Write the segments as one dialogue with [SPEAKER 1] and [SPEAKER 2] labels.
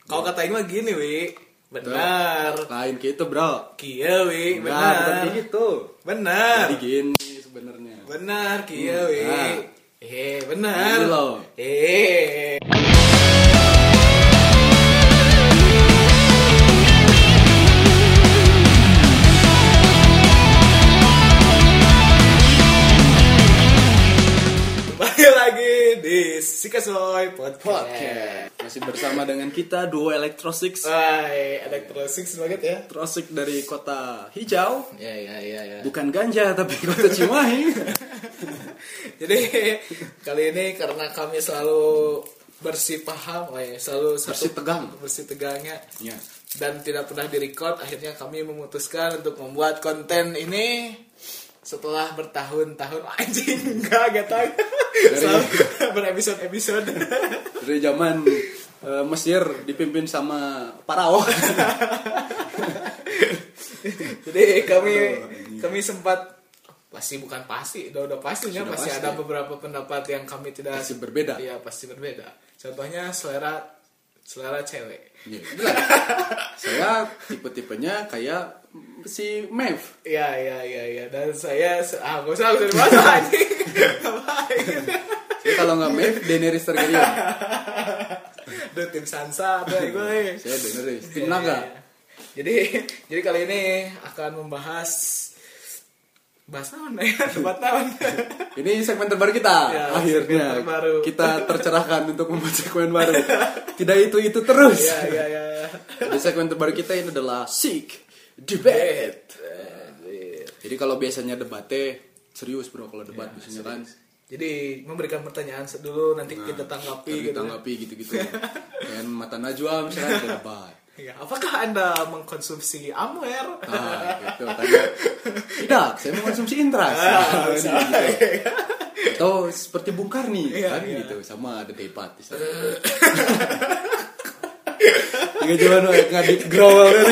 [SPEAKER 1] Kau katain mah gini, Wi. Benar.
[SPEAKER 2] Lain gitu, Bro.
[SPEAKER 1] Kieu, Wi.
[SPEAKER 2] Enggak,
[SPEAKER 1] Benar.
[SPEAKER 2] bukan kayak gitu.
[SPEAKER 1] Benar.
[SPEAKER 2] Jadi gini sebenarnya.
[SPEAKER 1] Benar, kieu, Wi.
[SPEAKER 2] Nah.
[SPEAKER 1] Benar.
[SPEAKER 2] Ini loh.
[SPEAKER 1] Kembali lagi di Sikasoy Podcast.
[SPEAKER 2] Masih bersama dengan kita duo Electro6.
[SPEAKER 1] Hai, Electro6 banget ya.
[SPEAKER 2] Electro6 dari kota hijau.
[SPEAKER 1] Ya.
[SPEAKER 2] Bukan ganja tapi kota Cimahi.
[SPEAKER 1] Jadi kali ini karena kami selalu bersih paham, selalu bersih tegangnya,
[SPEAKER 2] Ya.
[SPEAKER 1] dan tidak pernah direcord, akhirnya kami memutuskan untuk membuat konten ini setelah bertahun-tahun anjing enggak tahu. Selalu berepisode-episode.
[SPEAKER 2] Dari zaman Mesir dipimpin sama Parao.
[SPEAKER 1] Jadi kami sempat udah pastinya
[SPEAKER 2] Sudah
[SPEAKER 1] pasti
[SPEAKER 2] pasti.
[SPEAKER 1] ada beberapa pendapat yang kami tidak
[SPEAKER 2] Pasti berbeda.
[SPEAKER 1] Iya, pasti berbeda. Contohnya selera cewek.
[SPEAKER 2] Ya, itulah. Saya tipe-tipenya kayak si Mev.
[SPEAKER 1] Iya. Dan saya gak usah dibahas anjing. Ngapain?
[SPEAKER 2] Saya kalau nggak Mev, Daenerys Targaryen.
[SPEAKER 1] Duh, tim Sansa ada gue.
[SPEAKER 2] Saya Daenerys, tim naga.
[SPEAKER 1] Jadi kali ini akan membahas naon ya, debat naon.
[SPEAKER 2] Ini segmen terbaru kita.
[SPEAKER 1] Ya,
[SPEAKER 2] Akhirnya
[SPEAKER 1] segmen terbaru.
[SPEAKER 2] kita tercerahkan untuk membuat segmen baru. Tidak itu terus.
[SPEAKER 1] Iya.
[SPEAKER 2] Jadi segmen terbaru kita ini adalah Seek Debate. Jadi kalau biasanya debatnya serius bro, kalau debat biasanya kan.
[SPEAKER 1] Jadi memberikan pertanyaan dulu, nanti kita tanggapi gitu.
[SPEAKER 2] Tanggapi gitu-gitu. Dan mata najwa misalnya ada debat.
[SPEAKER 1] Ya, apakah Anda mengkonsumsi Amwer?
[SPEAKER 2] Gitu tanya. Tidak, saya mengkonsumsi Intras. Gitu. Atau seperti Bung Karni kan gitu, sama ada debat di sana. Tiga jaman ngadik growel kan.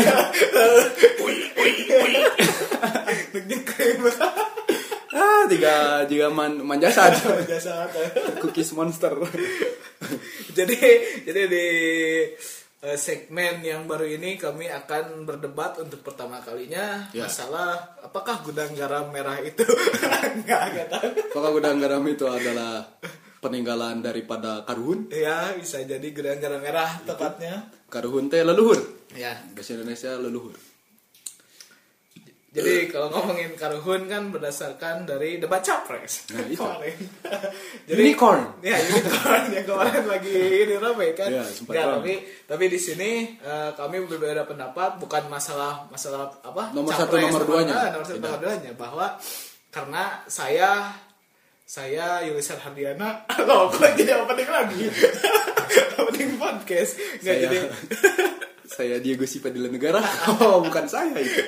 [SPEAKER 2] Tiga manjasa aja. Cookies monster.
[SPEAKER 1] Jadi di segmen yang baru ini kami akan berdebat untuk pertama kalinya masalah apakah gudang garam merah itu enggak tahu.
[SPEAKER 2] Apakah gudang garam itu adalah peninggalan daripada Karuhun?
[SPEAKER 1] Ya, bisa jadi gudang garam merah tepatnya.
[SPEAKER 2] Karuhun teh leluhur.
[SPEAKER 1] Ya.
[SPEAKER 2] Bahasa Indonesia leluhur.
[SPEAKER 1] Jadi kalau ngomongin Karuhun kan berdasarkan dari debat capres.
[SPEAKER 2] Nah, itu.
[SPEAKER 1] Kemarin.
[SPEAKER 2] Unicorn.
[SPEAKER 1] Ya, unicorn yang kemarin lagi ini ramai kan.
[SPEAKER 2] Ya, sempat
[SPEAKER 1] Nggak,
[SPEAKER 2] ramai.
[SPEAKER 1] tapi di sini kami berbeda pendapat, bukan masalah apa?
[SPEAKER 2] Nomor
[SPEAKER 1] capres,
[SPEAKER 2] satu, nomor duanya.
[SPEAKER 1] Nomor satu,
[SPEAKER 2] Tidak.
[SPEAKER 1] nomor duanya, bahwa karena saya Yulisan Hardiana, loh kok jadi opening lagi. Opening podcast. Nggak jadi.
[SPEAKER 2] Saya Diego Sipadila Negara. Oh, bukan saya itu.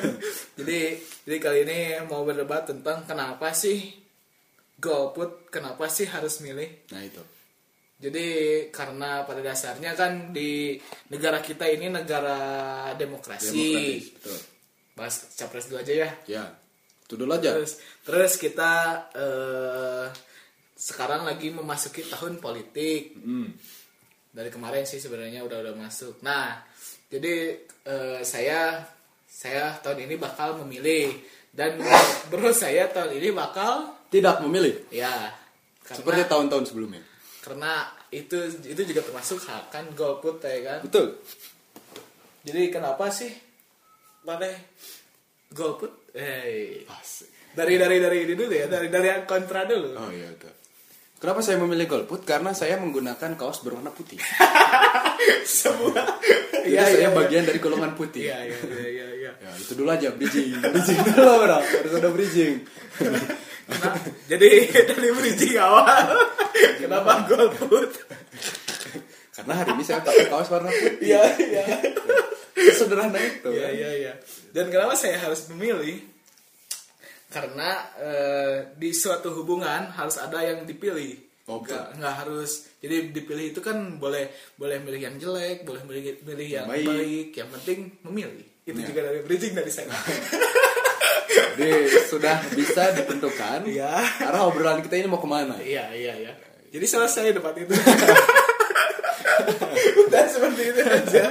[SPEAKER 1] Jadi kali ini mau berdebat tentang kenapa sih golput, kenapa sih harus milih.
[SPEAKER 2] Nah, itu.
[SPEAKER 1] Jadi karena pada dasarnya kan di negara kita ini negara demokrasi.
[SPEAKER 2] Demokratis, betul.
[SPEAKER 1] Bahas capres dulu aja ya.
[SPEAKER 2] Ya. Itu dulu aja.
[SPEAKER 1] Terus kita sekarang lagi memasuki tahun politik. Dari kemarin sih sebenarnya udah masuk. Nah, jadi saya tahun ini bakal memilih, dan bro saya tahun ini bakal
[SPEAKER 2] Tidak memilih.
[SPEAKER 1] ya
[SPEAKER 2] Seperti tahun-tahun sebelumnya.
[SPEAKER 1] karena itu juga termasuk hak kan, golput ya kan.
[SPEAKER 2] Betul.
[SPEAKER 1] Jadi kenapa sih mana golput?
[SPEAKER 2] Asik.
[SPEAKER 1] Dari ini dulu ya, dari yang kontra dulu.
[SPEAKER 2] Oh iya, betul. Kenapa saya memilih golput? Karena saya menggunakan kaos berwarna putih.
[SPEAKER 1] Semua.
[SPEAKER 2] Jadi saya bagian dari golongan putih.
[SPEAKER 1] Iya.
[SPEAKER 2] Ya, itu dulu aja bridging dulu bro. Harus ada bridging.
[SPEAKER 1] Nah, jadi dari bridging awal kenapa golput?
[SPEAKER 2] Karena hari ini saya pakai kaos warna putih.
[SPEAKER 1] Iya.
[SPEAKER 2] Sederhana itu.
[SPEAKER 1] Iya. Dan kenapa saya harus memilih? Karena di suatu hubungan harus ada yang dipilih. Nggak harus. Jadi dipilih itu kan boleh milih yang jelek, boleh milih yang baik. Yang penting memilih. Itu juga dari bridging dari saya.
[SPEAKER 2] Jadi sudah bisa ditentukan arah obrolan kita ini mau kemana.
[SPEAKER 1] Iya. Jadi selesai debat itu. Udah seperti itu aja.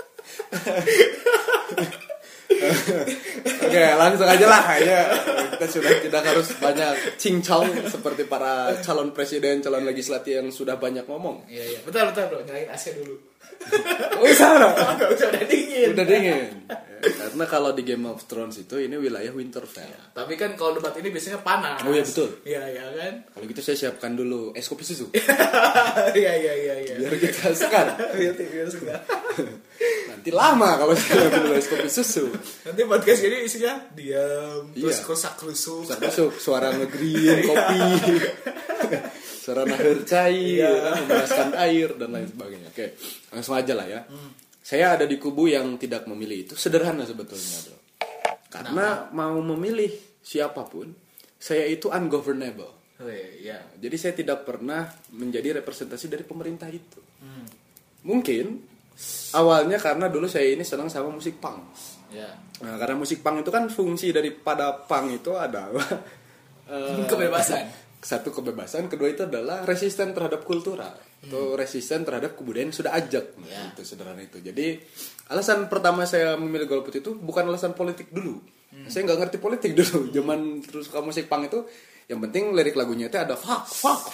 [SPEAKER 2] Oke, langsung aja lah ya. Kita sudah tidak harus banyak cincong seperti para calon presiden, calon legislatif yang sudah banyak ngomong.
[SPEAKER 1] Iya. Bentar bro, nyalain AC dulu.
[SPEAKER 2] Oh, sana.
[SPEAKER 1] Enggak usah, udah dingin.
[SPEAKER 2] Udah dingin. Karena kalau di Game of Thrones itu ini wilayah Winterfell.
[SPEAKER 1] Ya, tapi kan kalau debat ini biasanya panas.
[SPEAKER 2] Oh iya betul.
[SPEAKER 1] Iya kan.
[SPEAKER 2] Kalau gitu saya siapkan dulu es kopi susu.
[SPEAKER 1] Iya.
[SPEAKER 2] Biar kita sekar.
[SPEAKER 1] Biar sekar.
[SPEAKER 2] Nanti lama kalau saya ambil es kopi susu.
[SPEAKER 1] Nanti podcast ini isinya diam, terus kerusak-kerusuk.
[SPEAKER 2] Suara ngegreen kopi. Suara nahir cair, memanaskan air dan lain sebagainya. Oke, langsung aja lah ya. Saya ada di kubu yang tidak memilih, itu sederhana sebetulnya, bro. Karena mau memilih siapapun, saya itu ungovernable.
[SPEAKER 1] Oh, iya.
[SPEAKER 2] Jadi saya tidak pernah menjadi representasi dari pemerintah itu. Mungkin awalnya karena dulu saya ini senang sama musik punk.
[SPEAKER 1] Ya.
[SPEAKER 2] Nah, karena musik punk itu kan fungsi daripada punk itu adalah
[SPEAKER 1] kebebasan.
[SPEAKER 2] Satu kebebasan, kedua itu adalah resisten terhadap kultural atau resisten terhadap kebudayaan yang sudah ajak. Nah, itu sederhana itu. Jadi alasan pertama saya memilih golput itu bukan alasan politik dulu. Saya nggak ngerti politik dulu. Zaman terus suka musik punk itu, yang penting lirik lagunya itu ada fuck.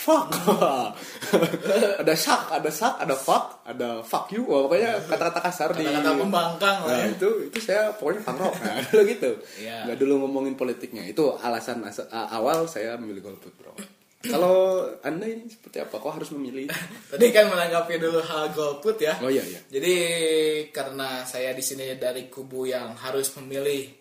[SPEAKER 2] Ada shock, ada fuck, ada fuck you. Wah, pokoknya kata-kata kasar
[SPEAKER 1] kata-kata pembangkang lah.
[SPEAKER 2] Nah, itu saya pokoknya punk rock. Nah, dulu gitu.
[SPEAKER 1] Yeah.
[SPEAKER 2] Nggak dulu ngomongin politiknya. Itu alasan awal saya memilih golput, bro. Kalau Anda ini seperti apa? Kok harus memilih?
[SPEAKER 1] Tadi kan menanggapi dulu hal golput ya.
[SPEAKER 2] Oh iya.
[SPEAKER 1] Jadi karena saya di sini dari kubu yang harus memilih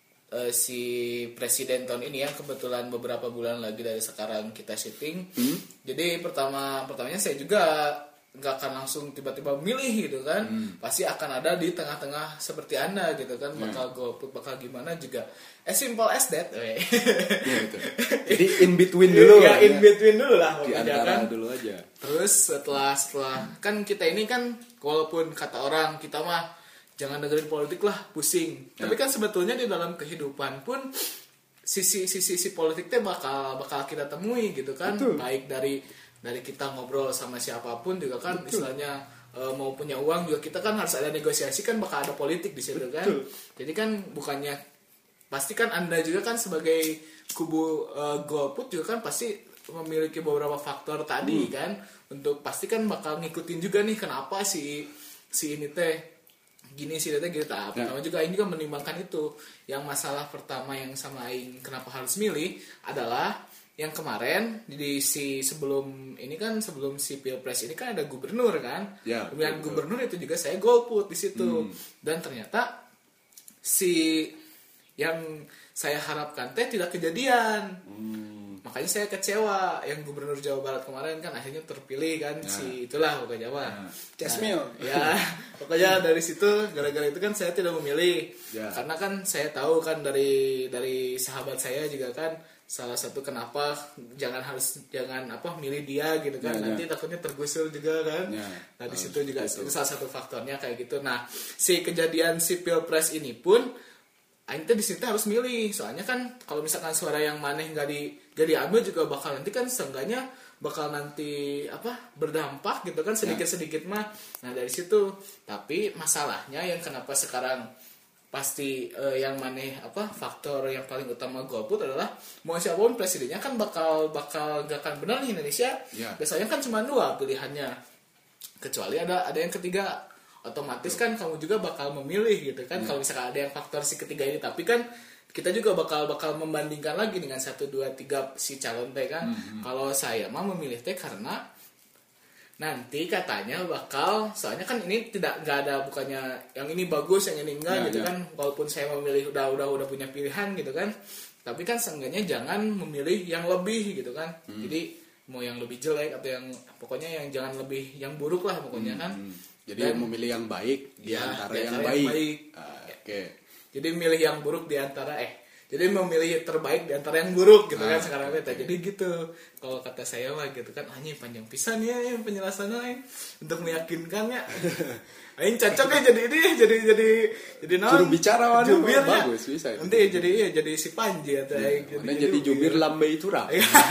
[SPEAKER 1] si presiden tahun ini ya, kebetulan beberapa bulan lagi dari sekarang kita syuting. Jadi pertamanya saya juga nggak akan langsung tiba-tiba milih gitu kan. Pasti akan ada di tengah-tengah seperti Anda gitu kan, bakal golput, bakal gimana juga. As simple as that.
[SPEAKER 2] Ya, gitu. Jadi in between dulu.
[SPEAKER 1] Ya, in between dulu lah.
[SPEAKER 2] Di antara dulu aja.
[SPEAKER 1] Terus setelah kan kita ini kan walaupun kata orang kita mah jangan dengerin politik lah, pusing. Tapi kan sebetulnya di dalam kehidupan pun sisi politiknya bakal kita temui gitu kan.
[SPEAKER 2] Betul.
[SPEAKER 1] Baik dari kita ngobrol sama siapapun juga kan. Betul. Istilahnya mau punya uang juga kita kan harus ada negosiasi kan, bakal ada politik di situ kan. Jadi kan bukannya pasti kan Anda juga kan sebagai kubu golput juga kan pasti memiliki beberapa faktor tadi kan, untuk pasti kan bakal ngikutin juga nih kenapa si ini teh gini sih gitu. Pertama juga ini juga menimbangkan itu. Yang masalah pertama yang sama Aing kenapa harus milih adalah yang kemarin sebelum si Pilpres ini kan ada gubernur kan. Pemilihan gubernur itu juga saya golput di situ. Dan ternyata si yang saya harapkan teh tidak kejadian. Makanya saya kecewa. Yang gubernur Jawa Barat kemarin kan akhirnya terpilih kan, si itulah pokoknya Jawa.
[SPEAKER 2] Cesmil.
[SPEAKER 1] Ya, pokoknya dari situ gara-gara itu kan saya tidak memilih. Karena kan saya tahu kan dari sahabat saya juga kan, salah satu kenapa jangan milih dia gitu kan. Nanti takutnya tergusur juga kan. Nah, di situ juga salah satu faktornya kayak gitu. Nah, si kejadian si Pilpres ini pun Aing teh di situ harus milih, soalnya kan kalau misalkan suara yang maneh nggak diambil juga bakal nanti kan seenggaknya bakal nanti berdampak gitu kan sedikit mah. Nah dari situ, tapi masalahnya yang kenapa sekarang pasti yang maneh faktor yang paling utama golput adalah mau siapapun presidennya kan bakal gak akan benar di Indonesia. Biasanya kan cuma 2 pilihannya, kecuali ada yang ketiga. Otomatis kan kamu juga bakal memilih gitu kan. Kalau misalkan ada yang faktor si ketiga ini, tapi kan kita juga bakal membandingkan lagi dengan 1, 2, 3 si calon teh kan. Kalau saya mah memilih teh karena nanti katanya bakal, soalnya kan ini nggak ada bukannya yang ini bagus yang ini enggak gitu kan. Walaupun saya memilih udah punya pilihan gitu kan, tapi kan seenggaknya jangan memilih yang lebih gitu kan. Jadi mau yang lebih jelek atau yang pokoknya yang jangan lebih yang buruk lah pokoknya kan.
[SPEAKER 2] Jadi memilih yang baik di antara yang baik.
[SPEAKER 1] Oke. Jadi milih yang buruk di antara Jadi memilih terbaik di antara yang buruk gitu kan sekarang kita. Jadi gitu. Kalau kata saya mah gitu kan, anjing panjang pisan ya penjelasannya untuk meyakinkannya. Aing cocok ya jadi
[SPEAKER 2] juru bicara
[SPEAKER 1] jubir
[SPEAKER 2] bagus bisa.
[SPEAKER 1] Nanti jadi si Panji atau
[SPEAKER 2] jadi jubir lambe Itura.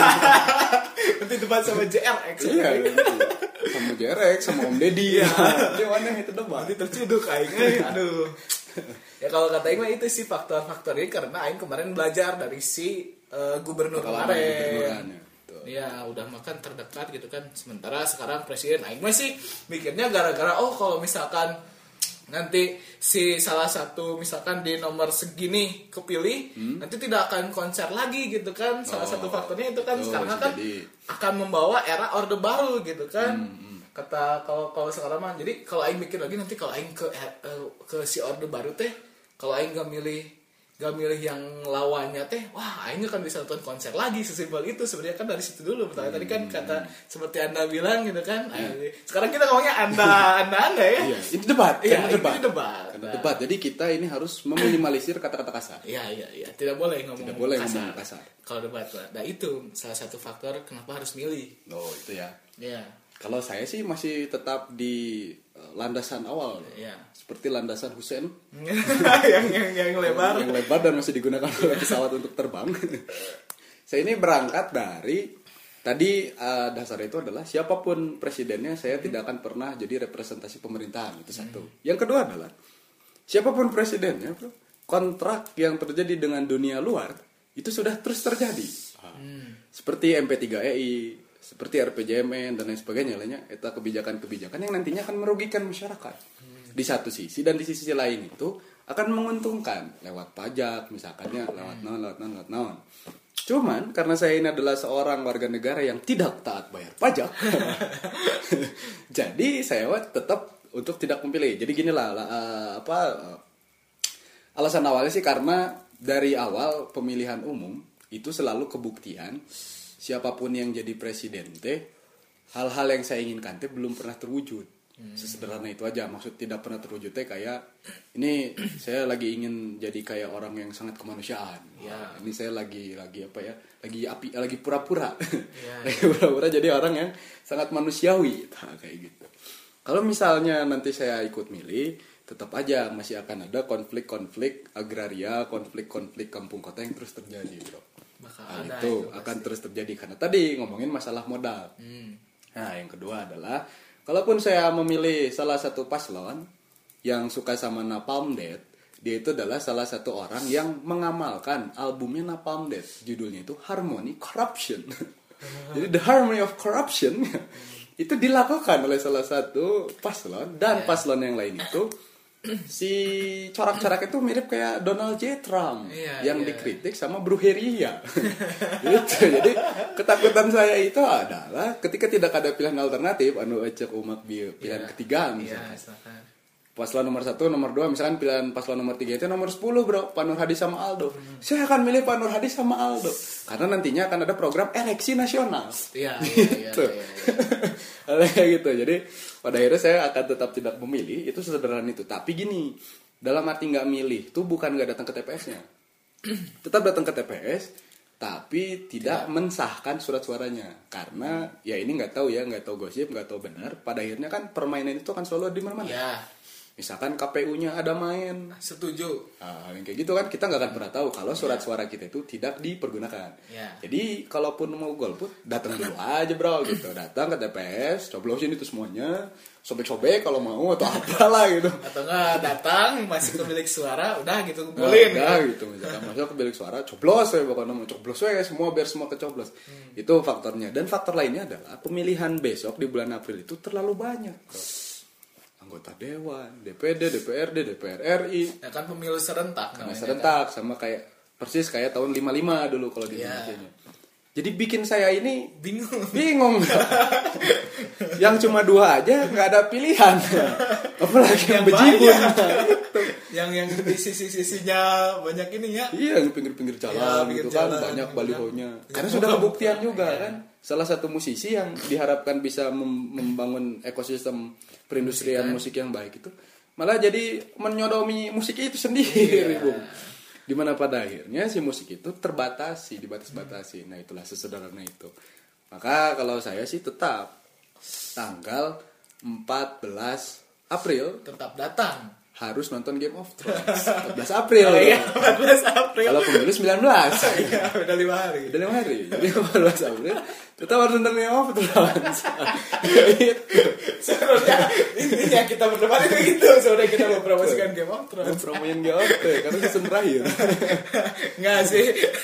[SPEAKER 1] Nanti debat sama JRX.
[SPEAKER 2] Iya, sama JRX sama Om Deddy. Dia mana itu debat.
[SPEAKER 1] Nanti terciduk aing. Aduh. Ya kalau kata Aing mah itu sih faktor-faktor ini karena Aing kemarin belajar dari si gubernur kemarin. Ya udah makan terdekat gitu kan. Sementara sekarang presiden Aing mah sih mikirnya gara-gara kalau misalkan nanti si salah satu misalkan di nomor segini kepilih nanti tidak akan konser lagi gitu kan. Salah satu faktornya itu kan sekarang kan akan membawa era orde baru gitu kan. Kata kalau sekarang mah jadi kalau aing mikir lagi nanti kalau aing ke si orde baru teh kalau aing gak milih yang lawannya teh wah aing kan bisa nonton konser lagi sesimpel itu sebenarnya kan dari situ dulu tadi kan kata seperti Anda bilang gitu kan. Sekarang kita ngomongnya anda ya.
[SPEAKER 2] Iya, ini debat.
[SPEAKER 1] Iya,
[SPEAKER 2] ini
[SPEAKER 1] debat.
[SPEAKER 2] Debat. Jadi kita ini harus meminimalisir kata-kata kasar.
[SPEAKER 1] Iya. Tidak boleh ngomong
[SPEAKER 2] kasar.
[SPEAKER 1] Kalau debat. Nah, itu salah satu faktor kenapa harus milih.
[SPEAKER 2] Oh, itu ya.
[SPEAKER 1] Iya.
[SPEAKER 2] Kalau saya sih masih tetap di landasan awal.
[SPEAKER 1] Iya.
[SPEAKER 2] Seperti landasan Hussein.
[SPEAKER 1] yang lebar.
[SPEAKER 2] Yang lebar dan masih digunakan oleh pesawat untuk terbang. Saya ini berangkat dari tadi dasarnya itu adalah siapapun presidennya saya tidak akan pernah jadi representasi pemerintahan, itu satu. Yang kedua adalah siapapun presidennya, kontrak yang terjadi dengan dunia luar itu sudah terus terjadi. Seperti MP3EI, seperti RPJMN dan lain sebagainya lainnya, itu kebijakan-kebijakan yang nantinya akan merugikan masyarakat di satu sisi, dan di sisi lain itu akan menguntungkan lewat pajak misalkannya, lewat non. Cuman karena saya ini adalah seorang warga negara yang tidak taat bayar pajak, jadi saya tetap untuk tidak memilih. Jadi ginilah alasan awalnya sih karena dari awal pemilihan umum itu selalu kebuktian siapapun yang jadi presiden teh hal-hal yang saya inginkan teh belum pernah terwujud. Sesederhana itu aja, maksud tidak pernah terwujud teh kayak ini saya lagi ingin jadi kayak orang yang sangat kemanusiaan. Ya. Ini saya lagi apa ya? Lagi pura-pura. Ya. Lagi pura-pura jadi orang yang sangat manusiawi. Nah, kayak gitu. Kalau misalnya nanti saya ikut milih, tetap aja masih akan ada konflik-konflik agraria, konflik-konflik kampung kota yang terus terjadi, bro. Itu akan terus terjadi karena tadi ngomongin masalah modal. Nah, yang kedua adalah kalaupun saya memilih salah satu paslon yang suka sama Napalm Death, dia itu adalah salah satu orang yang mengamalkan albumnya Napalm Death. Judulnya itu Harmony Corruption. Jadi The Harmony of Corruption itu dilakukan oleh salah satu paslon dan paslon yang lain itu si corak-corak itu mirip kayak Donald J. Trump yang dikritik sama Brujeria. Gitu. Jadi ketakutan saya itu adalah ketika tidak ada pilihan alternatif anu ecek umat pilihan ketiga misalnya. Paslon nomor 1, nomor 2 misalkan pilihan paslon nomor 3 itu nomor 10 bro, Pak Nur Hadi sama Aldo. Saya akan milih Pak Nur Hadi sama Aldo karena nantinya akan ada program eleksi nasional. Iya. Gitu. Jadi pada akhirnya saya akan tetap tidak memilih, itu sesederhana itu. Tapi gini, dalam arti nggak milih itu bukan nggak datang ke TPS-nya. Tetap datang ke TPS, tapi tidak mensahkan surat suaranya. Karena ya ini nggak tahu gosip, nggak tahu benar. Pada akhirnya kan permainan itu kan selalu di mana-mana. Ya. Misalkan KPU-nya ada main.
[SPEAKER 1] Setuju.
[SPEAKER 2] Yang kayak gitu kan kita nggak akan pernah tahu kalau surat suara kita itu tidak dipergunakan. Jadi kalaupun mau golput datang dulu aja bro gitu. Datang ke TPS, coblosin itu semuanya, sobek-sobek kalau mau atau apalah gitu.
[SPEAKER 1] Atau nggak datang masih ke bilik suara, udah gitu kumpulin.
[SPEAKER 2] Gitu. Misalkan masuk ke bilik suara, coblos ya pokoknya mau coblos ya semua biar semua kecoblos. Itu faktornya. Dan faktor lainnya adalah pemilihan besok di bulan April itu terlalu banyak. Anggota dewan, DPD, DPRD, DPR RI.
[SPEAKER 1] Ya kan pemilu serentak.
[SPEAKER 2] Serentak kan? Sama kayak persis kayak tahun 55 dulu kalau di Indonesia. Jadi bikin saya ini bingung. Yang cuma 2 aja nggak ada pilihan. Apalagi yang bejibun.
[SPEAKER 1] Yang di sisi-sisinya banyak ini ya.
[SPEAKER 2] Iya, yang pinggir-pinggir jalan gitu kan banyak balihonya. Karena sudah kebuktian juga kan. Salah satu musisi yang diharapkan bisa membangun ekosistem perindustrian musik yang baik itu malah jadi menyodomi musik itu sendiri, Bung. Dimana pada akhirnya si musik itu dibatas-batasi. Nah itulah sesederhana itu. Maka kalau saya sih tetap tanggal 14 April
[SPEAKER 1] tetap datang.
[SPEAKER 2] harus nonton Game of Thrones. 14 April.
[SPEAKER 1] Oh, iya, 14 April.
[SPEAKER 2] Kalau pemilu 19.
[SPEAKER 1] Iya, udah 5 hari.
[SPEAKER 2] Udah 5 hari. Jadi 14 April tetap harus nonton Game of Thrones.
[SPEAKER 1] Sebenarnya intinya kita berdebat itu gitu. Sebenarnya kita mau promosikan Game of Thrones.
[SPEAKER 2] Promoin Game of Thrones karena season terakhir.
[SPEAKER 1] Enggak sih.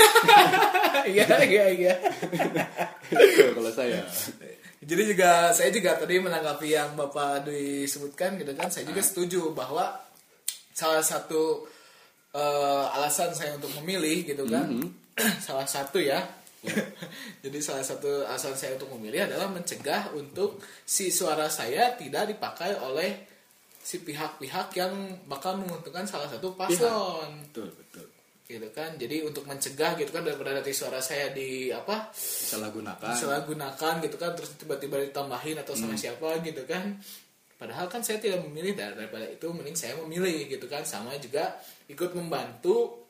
[SPEAKER 1] Iya.
[SPEAKER 2] Itu kalau saya.
[SPEAKER 1] Jadi saya juga tadi menanggapi yang Bapak Dwi sebutkan gitu kan, saya juga setuju bahwa salah satu alasan saya untuk memilih gitu kan, salah satu ya. Jadi salah satu alasan saya untuk memilih adalah mencegah untuk si suara saya tidak dipakai oleh si pihak-pihak yang bakal menguntungkan salah satu paslon.
[SPEAKER 2] Betul.
[SPEAKER 1] Gitu kan, jadi untuk mencegah gitu kan daripada nanti suara saya disalahgunakan gitu kan, terus tiba-tiba ditambahin atau sama siapa gitu kan, padahal kan saya tidak memilih, daripada itu mending saya memilih gitu kan, sama juga ikut membantu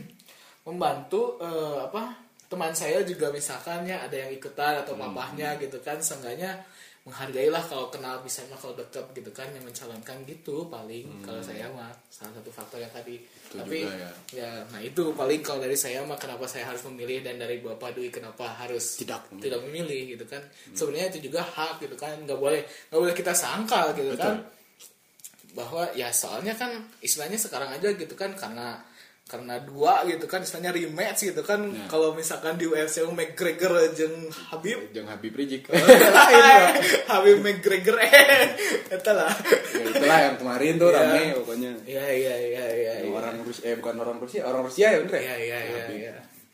[SPEAKER 1] teman saya juga misalkan ya ada yang ikutan atau papahnya gitu kan, seenggaknya menghargailah kalau kenal, bisa mah kalau dekat gitu kan, yang mencalonkan gitu paling kalau saya mah salah satu faktor yang tadi itu. Tapi juga, ya nah itu paling kalau dari saya mah kenapa saya harus memilih, dan dari Bapak Dwi kenapa harus tidak memilih gitu kan. Sebenarnya itu juga hak gitu kan, nggak boleh kita sangkal gitu. Betul. Kan bahwa ya soalnya kan istilahnya sekarang aja gitu kan, karena dua gitu kan, istilahnya rematch gitu kan ya. Kalau misalkan di UFC McGregor jeung Habib
[SPEAKER 2] Rizik
[SPEAKER 1] Habib McGregor itulah
[SPEAKER 2] yang kemarin tuh rame pokoknya.
[SPEAKER 1] Iya.
[SPEAKER 2] Orang Rusia ya bener.
[SPEAKER 1] Iya.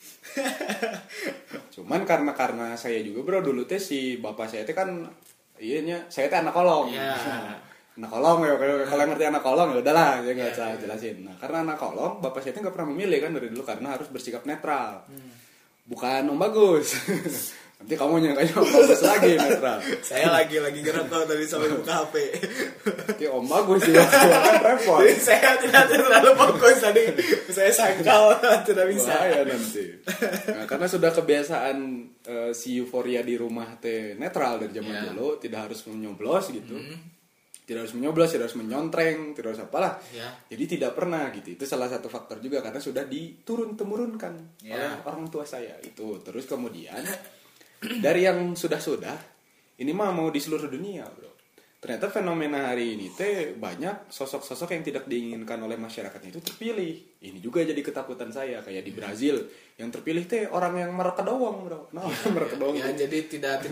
[SPEAKER 2] Cuman karena saya juga bro dulu teh si bapak saya teh kan saya teh anak kolong. Iya. Anak kolong ya, kalau ngerti anak kolong ya udahlah, saya nggak usah jelasin. Nah karena anak kolong, bapak saya itu nggak pernah memilih kan dari dulu karena harus bersikap netral, bukan Om Bagus. Nanti kamu nyangkanya Om Bagus lagi netral.
[SPEAKER 1] Saya lagi ngerokok tadi sampai buka HP.
[SPEAKER 2] Nanti Om Bagus juga kan repot.
[SPEAKER 1] Jadi saya tidak terlalu fokus tadi, saya sangkal tidak bisa.
[SPEAKER 2] Bahaya nanti. Nah, karena sudah kebiasaan si euforia di rumah teh netral dari zaman dulu, tidak harus menyoblos gitu. Tidak harus menyoblos, tidak harus menyontreng, tidak harus apalah. Jadi tidak pernah gitu. Itu salah satu faktor juga karena sudah diturun-temurunkan oleh orang tua saya itu. Terus kemudian dari yang sudah ini mah mau di seluruh dunia, bro. Ternyata fenomena hari ini teh banyak sosok-sosok yang tidak diinginkan oleh masyarakatnya itu terpilih. Ini juga jadi ketakutan saya, kayak di Brazil yang terpilih teh orang yang mereka doang, bro. Nah, mereka doang.
[SPEAKER 1] Ya, jadi tidak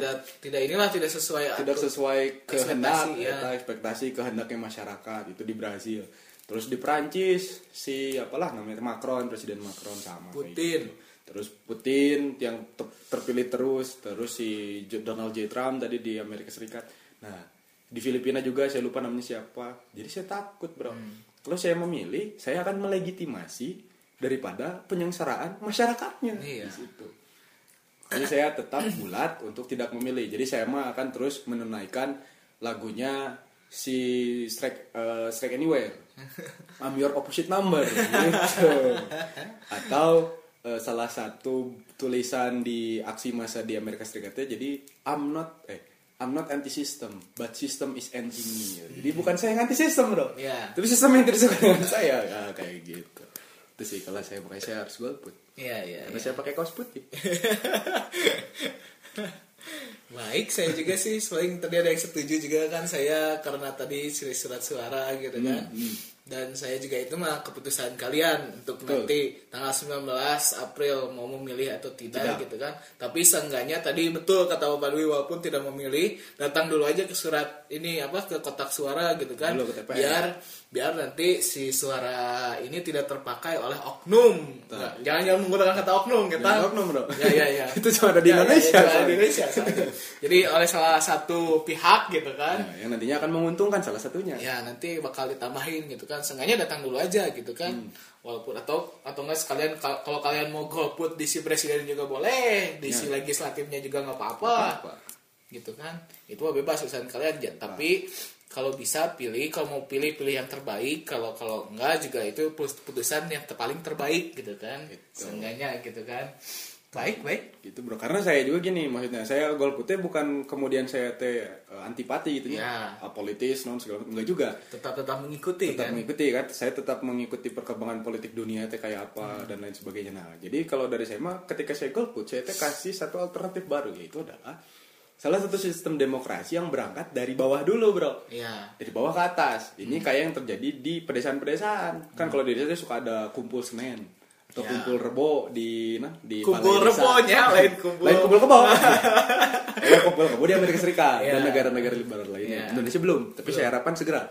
[SPEAKER 1] sesuai
[SPEAKER 2] kehendak ekspektasi kehendaknya masyarakat itu di Brazil. Terus di Prancis Presiden Macron sama
[SPEAKER 1] Putin.
[SPEAKER 2] Terus Putin yang terpilih terus si Donald J. Trump tadi di Amerika Serikat. Nah, di Filipina juga saya lupa namanya siapa. Jadi saya takut, bro. Kalau saya memilih, saya akan melegitimasi daripada penyengsaraan masyarakatnya di situ. Jadi saya tetap bulat untuk tidak memilih. Jadi saya mah akan terus menunaikan lagunya si Strike Anywhere. I'm your opposite number gitu. Atau salah satu tulisan di aksi massa di Amerika Serikatnya jadi I'm not anti-system, but system is anti-me. Jadi bukan saya yang anti-system, bro. Tapi sistem yang tidak suka dengan saya. Ya, kayak gitu. Itu sih kalau saya pakai, saya harus golput. Karena saya pakai kaos putih.
[SPEAKER 1] Baik, saya juga sih selain tadi ada yang setuju juga kan saya karena tadi surat suara gitu kan. Dan saya juga itu mah keputusan kalian untuk nanti tanggal 19 April mau memilih atau tidak gitu kan. Tapi seenggaknya tadi betul kata Bapak Dwi, walaupun tidak memilih, datang dulu aja ke surat ini ke kotak suara gitu kan. Biar nanti si suara ini tidak terpakai oleh oknum. Jangan menggunakan kata oknum gitu.
[SPEAKER 2] Oknum, bro.
[SPEAKER 1] Ya.
[SPEAKER 2] Itu cuma ada di Indonesia.
[SPEAKER 1] Jadi oleh salah satu pihak gitu kan.
[SPEAKER 2] Yang nantinya akan menguntungkan salah satunya.
[SPEAKER 1] Ya, nanti bakal ditambahin gitu kan. Seenggaknya datang dulu aja gitu kan. Walaupun atau enggak sekalian kalau kalian mau golput di si presiden juga boleh, di si legislatifnya juga enggak apa-apa. Gitu kan. Itu bebas urusan kalian. Tapi kalau bisa pilih, kalau mau pilih yang terbaik, kalau enggak juga itu putusan yang paling terbaik gitu kan. Seenggaknya gitu kan. Baik
[SPEAKER 2] gitu bro, karena saya juga gini, maksudnya saya golputnya bukan kemudian saya antipati gitu ya, apolitis non segala, enggak juga,
[SPEAKER 1] tetap mengikuti
[SPEAKER 2] kan, saya tetap mengikuti perkembangan politik dunia kayak apa dan lain sebagainya. Nah jadi kalau dari saya mah ketika saya golput, saya kasih satu alternatif baru, yaitu adalah salah satu sistem demokrasi yang berangkat dari bawah dulu bro, dari bawah ke atas. Ini kayak yang terjadi di pedesaan-pedesaan kan. Kalau di desa suka ada kumpul Senin atau kumpul Rebo di
[SPEAKER 1] kumpul Rebonya lain
[SPEAKER 2] kumpul kebo. Kumpul kebo di Amerika Serikat dan negara-negara liberal lainnya. Indonesia belum, tapi saya harapkan segera.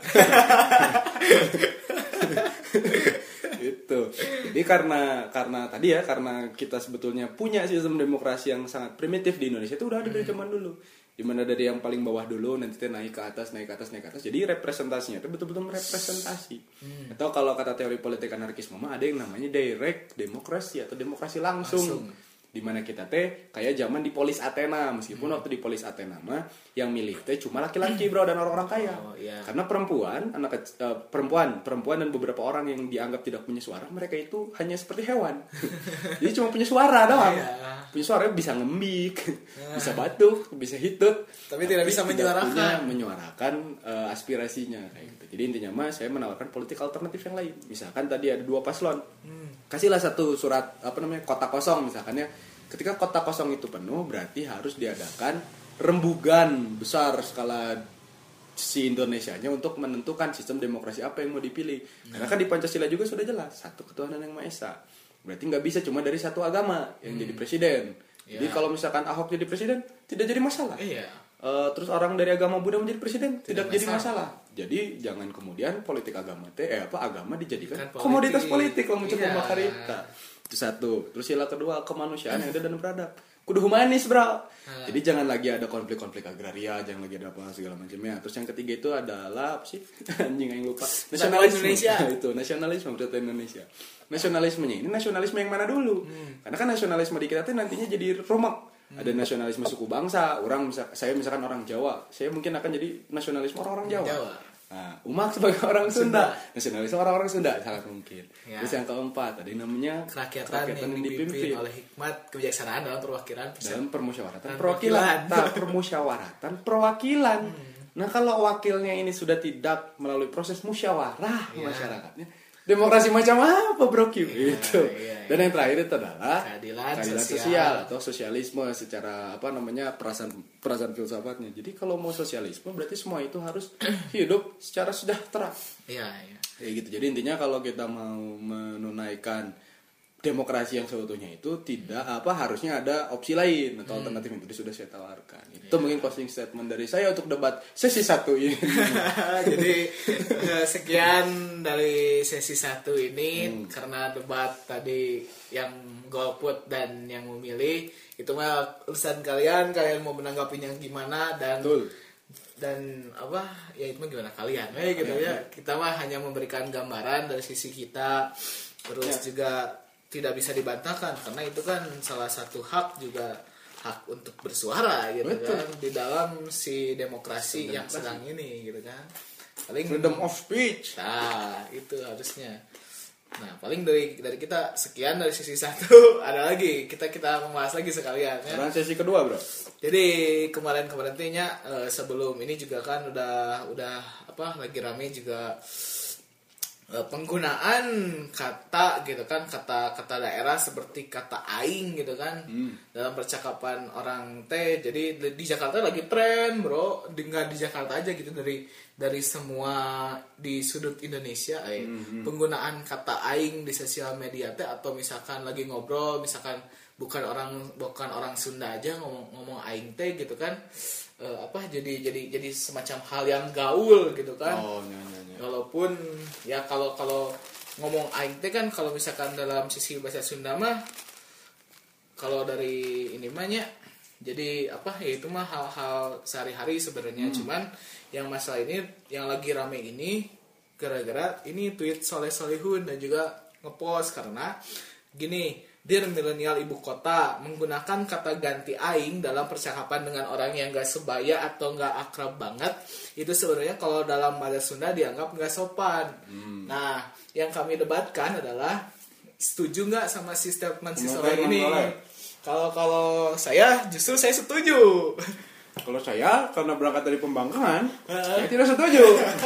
[SPEAKER 2] Itu. Jadi karena tadi ya, karena kita sebetulnya punya sistem demokrasi yang sangat primitif di Indonesia, itu udah ada dari zaman dulu. Dimana dari yang paling bawah dulu nanti naik ke atas. Jadi representasinya itu betul-betul merepresentasi. Atau kalau kata teori politik anarkisme ada yang namanya direct demokrasi atau demokrasi langsung. Dimana kita kayak zaman di Polis Athena, meskipun waktu di Polis Athena mah yang milih cuma laki-laki bro dan orang-orang kaya. Karena perempuan dan beberapa orang yang dianggap tidak punya suara, mereka itu hanya seperti hewan. Jadi cuma punya suara doang. Punya suara, bisa ngembik, bisa batuk, bisa hitut,
[SPEAKER 1] tapi tidak bisa
[SPEAKER 2] menyuarakan aspirasinya kayak gitu. Jadi intinya mah saya menawarkan politik alternatif yang lain. Misalkan tadi ada 2 paslon. Kasihlah satu surat kota kosong misalkan ya. Ketika kota kosong itu penuh, berarti harus diadakan rembugan besar skala si Indonesianya untuk menentukan sistem demokrasi apa yang mau dipilih. Karena kan di Pancasila juga sudah jelas, satu ketuhanan yang Maha Esa. Berarti nggak bisa cuma dari satu agama yang jadi presiden. Jadi kalau misalkan Ahok jadi presiden, tidak jadi masalah. Terus orang dari agama Buddha menjadi presiden, tidak jadi masalah. Jadi jangan kemudian politik agama agama dijadikan komoditas politik kalau mencoba makarita. Itu satu. Terus sila kedua, kemanusiaan yang ada dan beradab. Kudu humanis bro. Jadi jangan lagi ada konflik-konflik agraria, jangan lagi ada apa segala macamnya. Terus yang ketiga itu adalah apa sih? Anjing yang lupa. Nasionalisme Indonesia. Itu nasionalisme berarti Indonesia. Nasionalismenya ini nasionalisme yang mana dulu? Karena kan nasionalisme di kita nantinya jadi romak. Ada nasionalisme suku bangsa. Saya misalkan orang Jawa, saya mungkin akan jadi nasionalisme orang-orang Jawa. Nah, Umak sebagai orang Sunda. Nasionalisme orang-orang Sunda sangat mungkin. Terus yang keempat, ada yang namanya
[SPEAKER 1] kerakyatan yang dipimpin oleh hikmat kebijaksanaan dalam perwakilan
[SPEAKER 2] dalam permusyawaratan perwakilan. Nah, kalau wakilnya ini sudah tidak melalui proses musyawarah masyarakatnya, demokrasi macam apa bro gitu. Dan yang terakhir itu adalah keadilan sosial atau sosialisme secara perasaan filsafatnya. Jadi kalau mau sosialisme berarti semua itu harus hidup secara sejahtera. Kayak gitu. Jadi intinya kalau kita mau menunaikan demokrasi yang seutuhnya itu tidak harusnya ada opsi lain atau alternatif itu sudah saya tawarkan. Itu mungkin closing statement dari saya untuk debat sesi 1 ini.
[SPEAKER 1] Jadi sekian dari sesi 1 ini karena debat tadi yang golput dan yang memilih itu mah urusan kalian mau menanggapinya gimana dan itu mah gimana kalian gitu ya. Kita mah hanya memberikan gambaran dari sisi kita, terus juga tidak bisa dibantahkan karena itu kan salah satu hak untuk bersuara gitu. Betul. Kan di dalam si demokrasi yang sedang ini gitu kan. Paling
[SPEAKER 2] freedom of speech.
[SPEAKER 1] Nah, itu harusnya. Nah, paling dari kita sekian dari sesi 1. Ada lagi kita membahas lagi sekalian ya.
[SPEAKER 2] Sekarang sesi kedua, bro.
[SPEAKER 1] Jadi kemarin sebelum ini juga kan udah lagi rame juga penggunaan kata gitu kan, kata daerah seperti kata aing gitu kan dalam percakapan orang jadi di Jakarta lagi tren bro, nggak di Jakarta aja gitu, dari semua di sudut Indonesia penggunaan kata aing di sosial media atau misalkan lagi ngobrol, misalkan bukan orang Sunda aja ngomong aing gitu kan, jadi semacam hal yang gaul gitu kan. Walaupun ya kalau ngomong aing kan kalau misalkan dalam sisi bahasa Sunda mah kalau dari ini mah nya jadi itu mah hal-hal sehari-hari sebenarnya. Cuman yang masalah ini yang lagi rame ini gara-gara ini tweet Soleh Solihun dan juga ngepost karena gini, Dear milenial ibu kota, menggunakan kata ganti aing dalam percakapan dengan orang yang gak sebaya atau gak akrab banget, itu sebenarnya kalau dalam bahasa Sunda dianggap gak sopan. Nah, yang kami debatkan adalah setuju gak sama si statement si Soleh ini? Kalau saya justru saya setuju.
[SPEAKER 2] Kalau saya karena berangkat dari Pembangkangan, saya tidak setuju.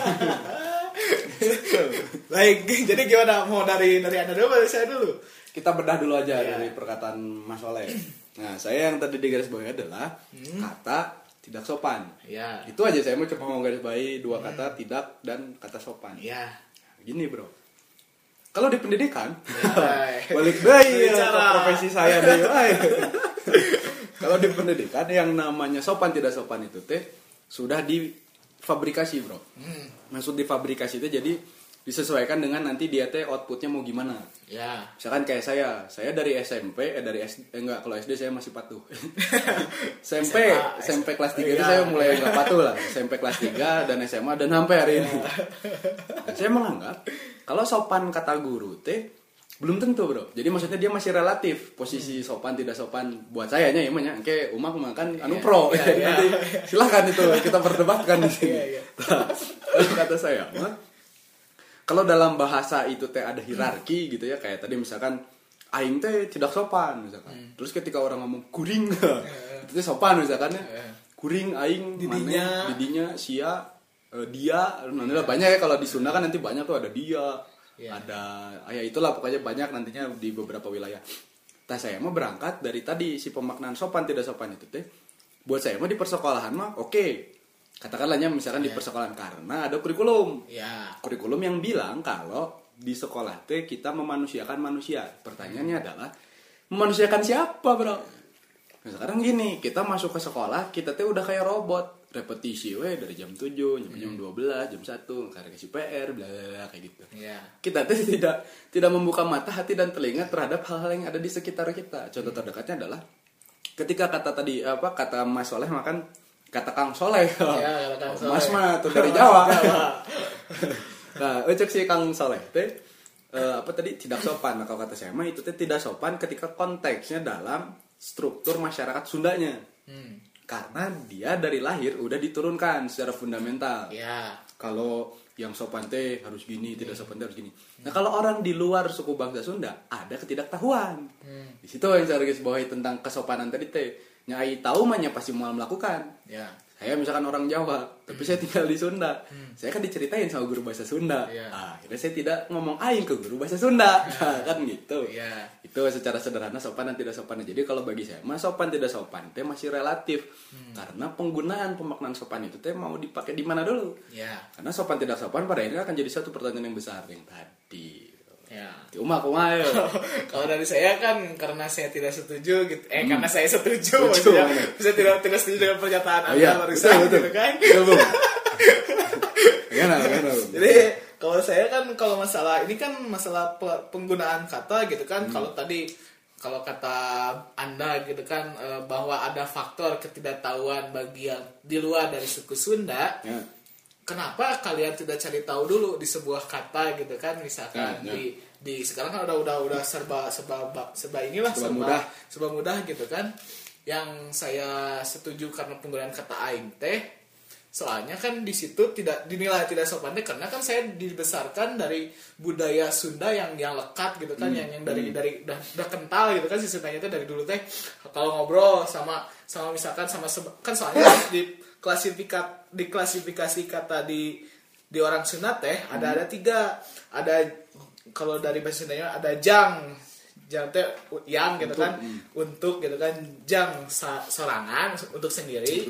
[SPEAKER 1] Baik, jadi gimana? Mau dari Anda dulu atau saya dulu?
[SPEAKER 2] Kita bedah dulu aja dari perkataan Mas Soleh. Nah, saya yang tadi digarisbawahi adalah kata tidak sopan.
[SPEAKER 1] Ya.
[SPEAKER 2] Itu aja saya mau coba menggarisbawahi dua kata tidak dan kata sopan.
[SPEAKER 1] Ya.
[SPEAKER 2] Gini bro, kalau di pendidikan,
[SPEAKER 1] balik
[SPEAKER 2] ke profesi saya deh. Kalau di pendidikan yang namanya sopan tidak sopan itu sudah difabrikasi bro. Maksud difabrikasi itu jadi disesuaikan dengan nanti dia outputnya mau gimana.
[SPEAKER 1] Ya.
[SPEAKER 2] Misalkan kayak saya dari SMP kalau SD saya masih patuh. SMP kelas 3 itu saya mulai enggak patuh lah. SMP kelas 3 dan SMA dan sampai hari ini. Dan saya menganggap kalau sopan kata guru belum tentu bro. Jadi maksudnya dia masih relatif posisi sopan tidak sopan buat saya ya emangnya. Kayak Umak kan pro. Jadi nanti silahkan itu kita perdebatkan di sini. Kata saya kalau dalam bahasa itu ada hierarki gitu ya, kayak tadi misalkan aing tidak sopan misalkan. Terus ketika orang ngomong kuring itu sopan misalkan ya. Kuring aing didinya sia dia nanti banyak ya kalau di Sunda kan nanti banyak tuh ada dia. Ada ya itulah pokoknya banyak nantinya di beberapa wilayah. Saya mah berangkat dari tadi si pemaknaan sopan tidak sopan itu buat saya mah di persekolahan mah oke. Katakanlahnya misalkan di persekolahan karena ada kurikulum. Kurikulum yang bilang kalau di sekolah kita memanusiakan manusia. Pertanyaannya adalah memanusiakan siapa, bro? Nah, sekarang gini, kita masuk ke sekolah, kita udah kayak robot. Repetisi dari jam 7, jam 12, jam 1, karena kasih PR, bla bla bla kayak gitu. Kita tidak membuka mata, hati dan telinga terhadap hal-hal yang ada di sekitar kita. Contoh terdekatnya adalah ketika kata Mas Soleh makan kata Kang Soleh. Mas mah tuh dari Jawa. Nah, cek si Kang Soleh tidak sopan. Nah, kalau kata saya mah itu tidak sopan ketika konteksnya dalam struktur masyarakat Sundanya. Karena dia dari lahir udah diturunkan secara fundamental. Kalau yang sopan harus gini, tidak sopan harus gini. Nah, kalau orang di luar suku bangsa Sunda ada ketidaktahuan. Di situ yang saya garis bawahi tentang kesopanan tadi Nyai tahu mah pasti mau melakukan. Saya misalkan orang Jawa, tapi saya tinggal di Sunda. Saya kan diceritain sama guru bahasa Sunda. Akhirnya saya tidak ngomong aing ke guru bahasa Sunda. Kan gitu. Itu secara sederhana sopan dan tidak sopan. Jadi kalau bagi saya mah sopan tidak sopan masih relatif. Karena penggunaan pemaknaan sopan itu mau dipakai di mana dulu. Karena sopan tidak sopan pada akhirnya akan jadi satu pertanyaan yang besar yang tadi. Umak ya.
[SPEAKER 1] Kalau dari saya kan karena saya tidak setuju gitu. Karena saya setuju maksudnya. Saya tidak setuju dengan pernyataan Anda barusan gitu kan. Jadi kalau saya kan kalau masalah ini kan masalah penggunaan kata gitu kan. Kalau kata Anda gitu kan bahwa ada faktor ketidaktahuan bagi yang di luar dari suku Sunda. Kenapa kalian tidak cari tahu dulu di sebuah kata gitu kan, misalkan di sekarang kan udah serba mudah gitu kan. Yang saya setuju karena penggunaan kata aing soalnya kan di situ tidak dinilai tidak sopan karena kan saya dibesarkan dari budaya Sunda yang lekat gitu kan, yang dari udah kental gitu kan si Sundanya dari dulu kalau ngobrol sama misalkan kan soalnya diklasifikasi kata di orang Sunda ada 3. Ada kalau dari bahasa Sundanya ada jang yang gitu kan untuk gitu kan, jang sorangan untuk sendiri.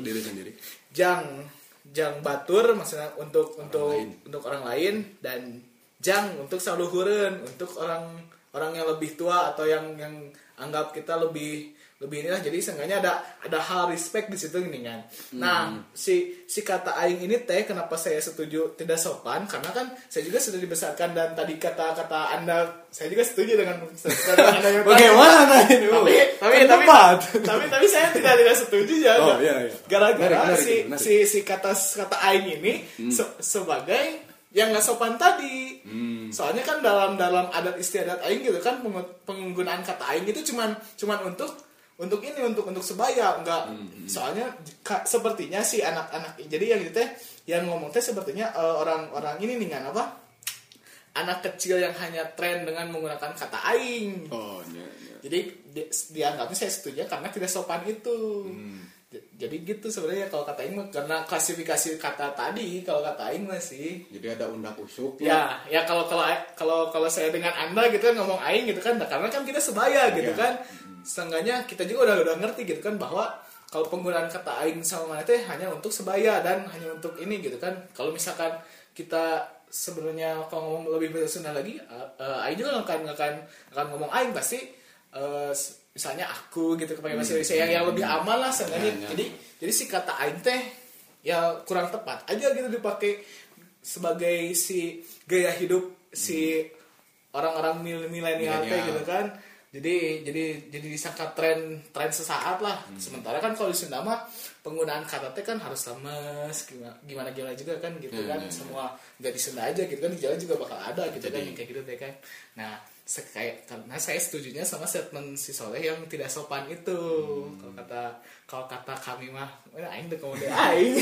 [SPEAKER 1] Jang batur maksudnya untuk orang lain, dan jang untuk saluhureun untuk orang yang lebih tua atau yang anggap kita lebih inilah. Jadi seenggaknya ada hal respect di situ gini kan. Nah, si kata aing ini kenapa saya setuju tidak sopan karena kan saya juga sudah dibesarkan, dan tadi kata Anda saya juga setuju dengan Anda yang
[SPEAKER 2] bagaimana ini?
[SPEAKER 1] Tapi saya tidak setuju ya. Gara-gara si kata aing ini sebagai yang nggak sopan tadi. Soalnya kan dalam adat istiadat aing gitu kan penggunaan kata aing itu cuman untuk ini untuk sebaya enggak. Soalnya sepertinya si anak-anak jadi yang gitu teh yang ngomong teh sepertinya orang-orang ini nih kan apa? Anak kecil yang hanya tren dengan menggunakan kata aing.
[SPEAKER 2] Oh, iya.
[SPEAKER 1] Jadi dianggapnya saya setuju karena tidak sopan itu. Jadi gitu sebenarnya kalau kata aing karena klasifikasi kata tadi kalau kata aing masih.
[SPEAKER 2] Jadi ada undak usuk.
[SPEAKER 1] Ya kalau saya dengan Anda gitu kan ngomong aing gitu kan karena kan kita sebaya gitu kan. Setengahnya kita juga udah ngerti gitu kan bahwa kalau penggunaan kata aing sama mana teh hanya untuk sebaya dan hanya untuk ini gitu kan. Kalau misalkan kita sebenarnya kalau ngomong lebih Sunda lagi, aing juga akan ngomong aing pasti misalnya aku gitu kepada bahasa Indonesia yang lebih aman lah seenggaknya. Jadi si kata aing teh ya kurang tepat aja gitu dipakai sebagai si gaya hidup si orang-orang milenial teh gitu kan. Jadi disangka tren sesaat lah. Sementara kan kalau di Sunda mah penggunaan kata teh kan harus lemes gimana juga kan gitu kan. Semua nggak di Sunda aja gitu kan di Jawa juga bakal ada gitu kan kayak gitu deh kan. Nah karena saya setujunya sama statement si Soleh yang tidak sopan itu. Kalau kata kami mah aing tuh kemudian aing.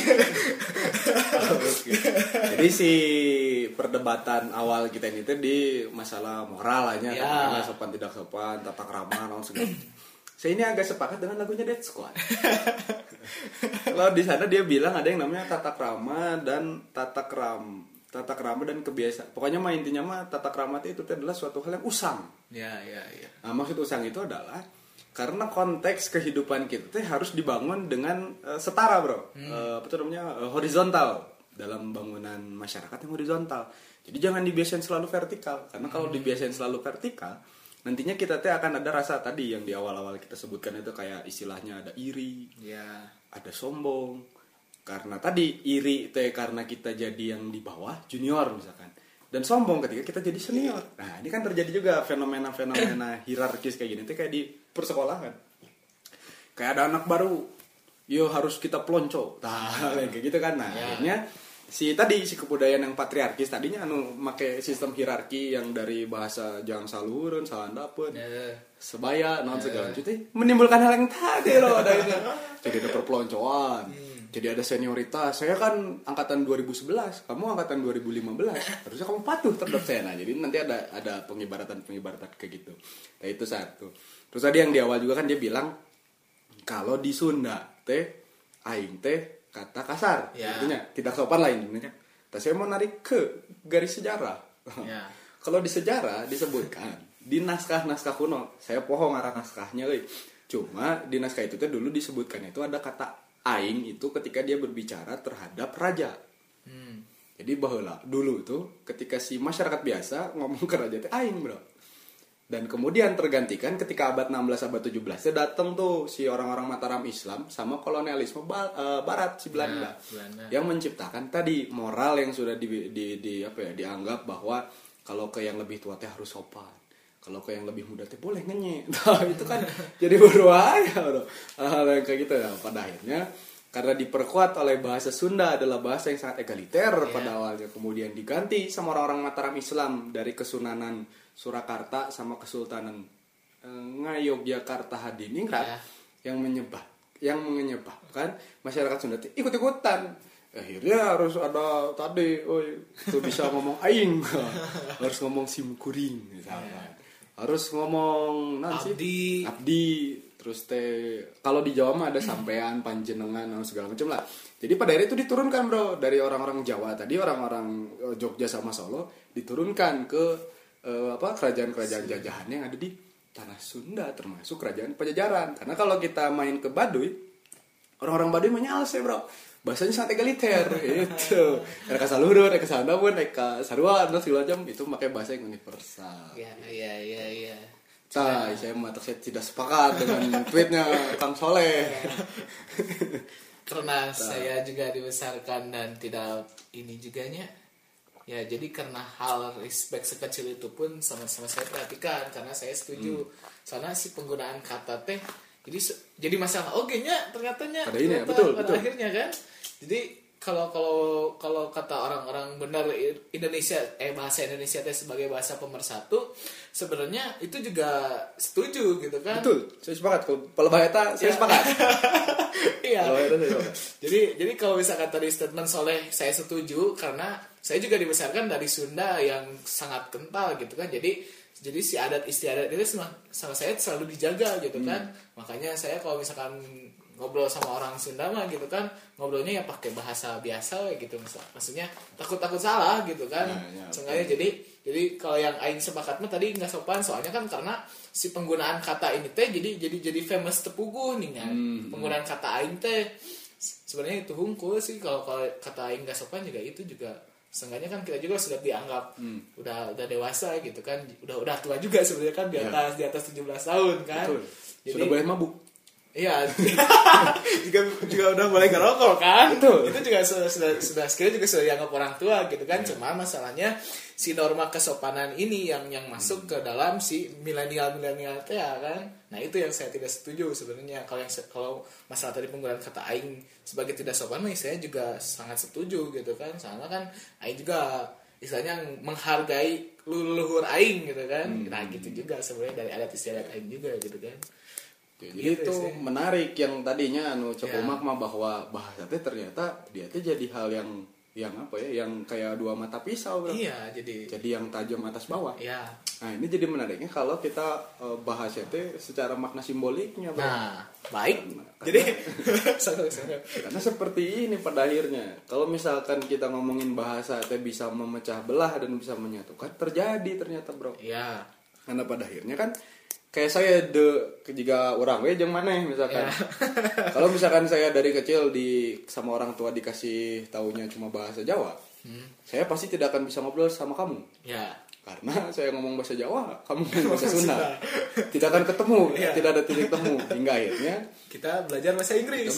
[SPEAKER 2] Jadi si perdebatan awal kita ini tuh di masalah moral aja karena sopan tidak sopan, tata krama dan segala. Saya ini agak sepakat dengan lagunya Dead Squad. Kalau di sana dia bilang ada yang namanya tata krama dan kebiasaan. Pokoknya mah intinya mah tata krama itu adalah suatu hal yang usang.
[SPEAKER 1] Iya.
[SPEAKER 2] Nah, maksud usang itu adalah karena konteks kehidupan kita harus dibangun dengan setara, bro. Horizontal dalam bangunan masyarakat yang horizontal. Jadi jangan dibiasain selalu vertikal. Karena kalau dibiasain selalu vertikal, nantinya kita akan ada rasa tadi yang di awal-awal kita sebutkan itu kayak istilahnya ada iri, ada sombong. Karena tadi iri karena kita jadi yang di bawah junior misalkan, dan sombong ketika kita jadi senior. Nah ini kan terjadi juga fenomena hierarkis kayak gini kayak di persekolahan. Kayak ada anak baru, yo harus kita pelonco, kayak gitu kan. Nah akhirnya si kebudayaan yang patriarkis tadinya make sistem hierarki yang dari bahasa jangan salureun salandapeun sebaya segala macam menimbulkan hal yang tadi loh adanya. Jadi ada perpeloncoan. Jadi ada senioritas. Saya kan angkatan 2011, kamu angkatan 2015. Harusnya kamu patuh terhadap saya. Nah, jadi nanti ada pengibaratan kayak gitu. Nah, itu satu. Terus tadi yang di awal juga kan dia bilang kalau di Sunda aing kata kasar. Artinya tidak sopan lah intinya. Tapi saya mau narik ke garis sejarah. Kalau di sejarah disebutkan di naskah-naskah kuno. Saya pohon ngarang naskahnya cuma di naskah itu dulu disebutkan itu ada kata aing itu ketika dia berbicara terhadap raja. Jadi bahwa dulu tuh ketika si masyarakat biasa ngomong ke raja aing, bro. Dan kemudian tergantikan ketika abad 16 abad 17 datang tuh si orang-orang Mataram Islam sama kolonialisme barat si Belanda. Yang menciptakan tadi moral yang sudah dianggap bahwa kalau ke yang lebih tua harus sopan. Kalau ke yang lebih muda boleh ngenyek. Nah, itu kan jadi berbahaya, bro. Hal yang kayak gitu ya. Pada akhirnya karena diperkuat oleh bahasa Sunda adalah bahasa yang sangat egaliter pada awalnya, kemudian diganti sama orang-orang Mataram Islam dari Kesunanan Surakarta sama Kesultanan Ngayogyakarta Hadiningrat yang menyebabkan masyarakat Sunda ikut-ikutan. Akhirnya harus ada tadi, itu bisa ngomong aing, harus ngomong simkuring misalnya. Harus ngomong abdi terus kalau di Jawa mah ada sampean panjenengan segala macam lah. Jadi pada akhirnya itu diturunkan, bro, dari orang-orang Jawa tadi, orang-orang Jogja sama Solo diturunkan ke kerajaan-kerajaan jajahan yang ada di tanah Sunda, termasuk kerajaan Pajajaran. Karena kalau kita main ke Baduy, orang-orang Baduy menyales ya, bro. Bahasanya sangat egaliter itu. Mereka saluruh, mereka sana pun, mereka sarua, dan segala macam itu pakai bahasa yang universal.
[SPEAKER 1] Iya.
[SPEAKER 2] Saya tidak sepakat dengan tweetnya Kang Soleh.
[SPEAKER 1] Karena saya juga dibesarkan dan tidak ini juganya. Ya jadi karena hal respect sekecil itu pun sama-sama saya perhatikan karena saya setuju. Soalnya si penggunaan kata jadi masalah nya ternyata
[SPEAKER 2] betul.
[SPEAKER 1] akhirnya kan. Jadi kalau kata orang-orang benar Indonesia bahasa Indonesia sebagai bahasa pemersatu, sebenarnya itu juga setuju gitu kan.
[SPEAKER 2] Betul, saya sepakat. Kalau bahasa saya sepakat.
[SPEAKER 1] Iya. Jadi kalau misalkan tadi statement Soleh saya setuju, karena saya juga dibesarkan dari Sunda yang sangat kental gitu kan. Jadi si adat istiadat itu sama saya selalu dijaga gitu kan. Makanya saya kalau misalkan ngobrol sama orang Sunda mah gitu kan, ngobrolnya ya pakai bahasa biasa gitu, maksudnya takut salah gitu kan. Sengaja jadi kalau yang aing sepakat mah tadi nggak sopan, soalnya kan karena si penggunaan kata ini teh jadi famous tepuguh nih kan. Penggunaan kata aing teh sebenarnya itu hungkul sih. Kalau kata aing nggak sopan juga itu juga seenggaknya kan kita juga sudah dianggap udah dewasa gitu kan, udah tua juga sebenarnya kan, di atas 17 tahun kan.
[SPEAKER 2] Betul.
[SPEAKER 1] Jadi,
[SPEAKER 2] sudah boleh mabuk.
[SPEAKER 1] Iya, juga udah mulai ngerokok kan.
[SPEAKER 2] Betul.
[SPEAKER 1] Itu juga sudah sekali juga sudah dianggap orang tua gitu kan. Cuma masalahnya si norma kesopanan ini yang masuk ke dalam si milenial teh ya kan. Nah itu yang saya tidak setuju sebenarnya. Kalau masalah tadi penggunaan kata aing sebagai tidak sopan, saya juga sangat setuju gitu kan. Soalnya kan aing juga istilahnya menghargai leluhur aing gitu kan. Nah gitu juga sebenarnya dari adat istiadat aing juga gitu kan.
[SPEAKER 2] Jadi gitu itu sih menarik yang tadinya Cokomak mah bahwa bahasa teh ternyata dia teh jadi hal yang apa ya, yang kayak dua mata pisau bro.
[SPEAKER 1] Iya, jadi
[SPEAKER 2] yang tajam atas bawah.
[SPEAKER 1] Iya.
[SPEAKER 2] Nah ini jadi menariknya kalau kita bahas teh secara makna simboliknya bro.
[SPEAKER 1] Nah baik. Jadi
[SPEAKER 2] karena seperti ini pada akhirnya kalau misalkan kita ngomongin bahasa teh bisa memecah belah dan bisa menyatukan, terjadi ternyata bro.
[SPEAKER 1] Iya.
[SPEAKER 2] Karena pada akhirnya kan kayak saya jika orang jeung maneh misalkan. Kalau misalkan saya dari kecil sama orang tua dikasih taunya cuma bahasa Jawa, saya pasti tidak akan bisa ngobrol sama kamu.
[SPEAKER 1] Ya.
[SPEAKER 2] Karena saya ngomong bahasa Jawa, kamu ngomong bahasa Sunda. Tidak akan ketemu, tidak ada titik temu. Hingga akhirnya
[SPEAKER 1] kita belajar bahasa Inggris.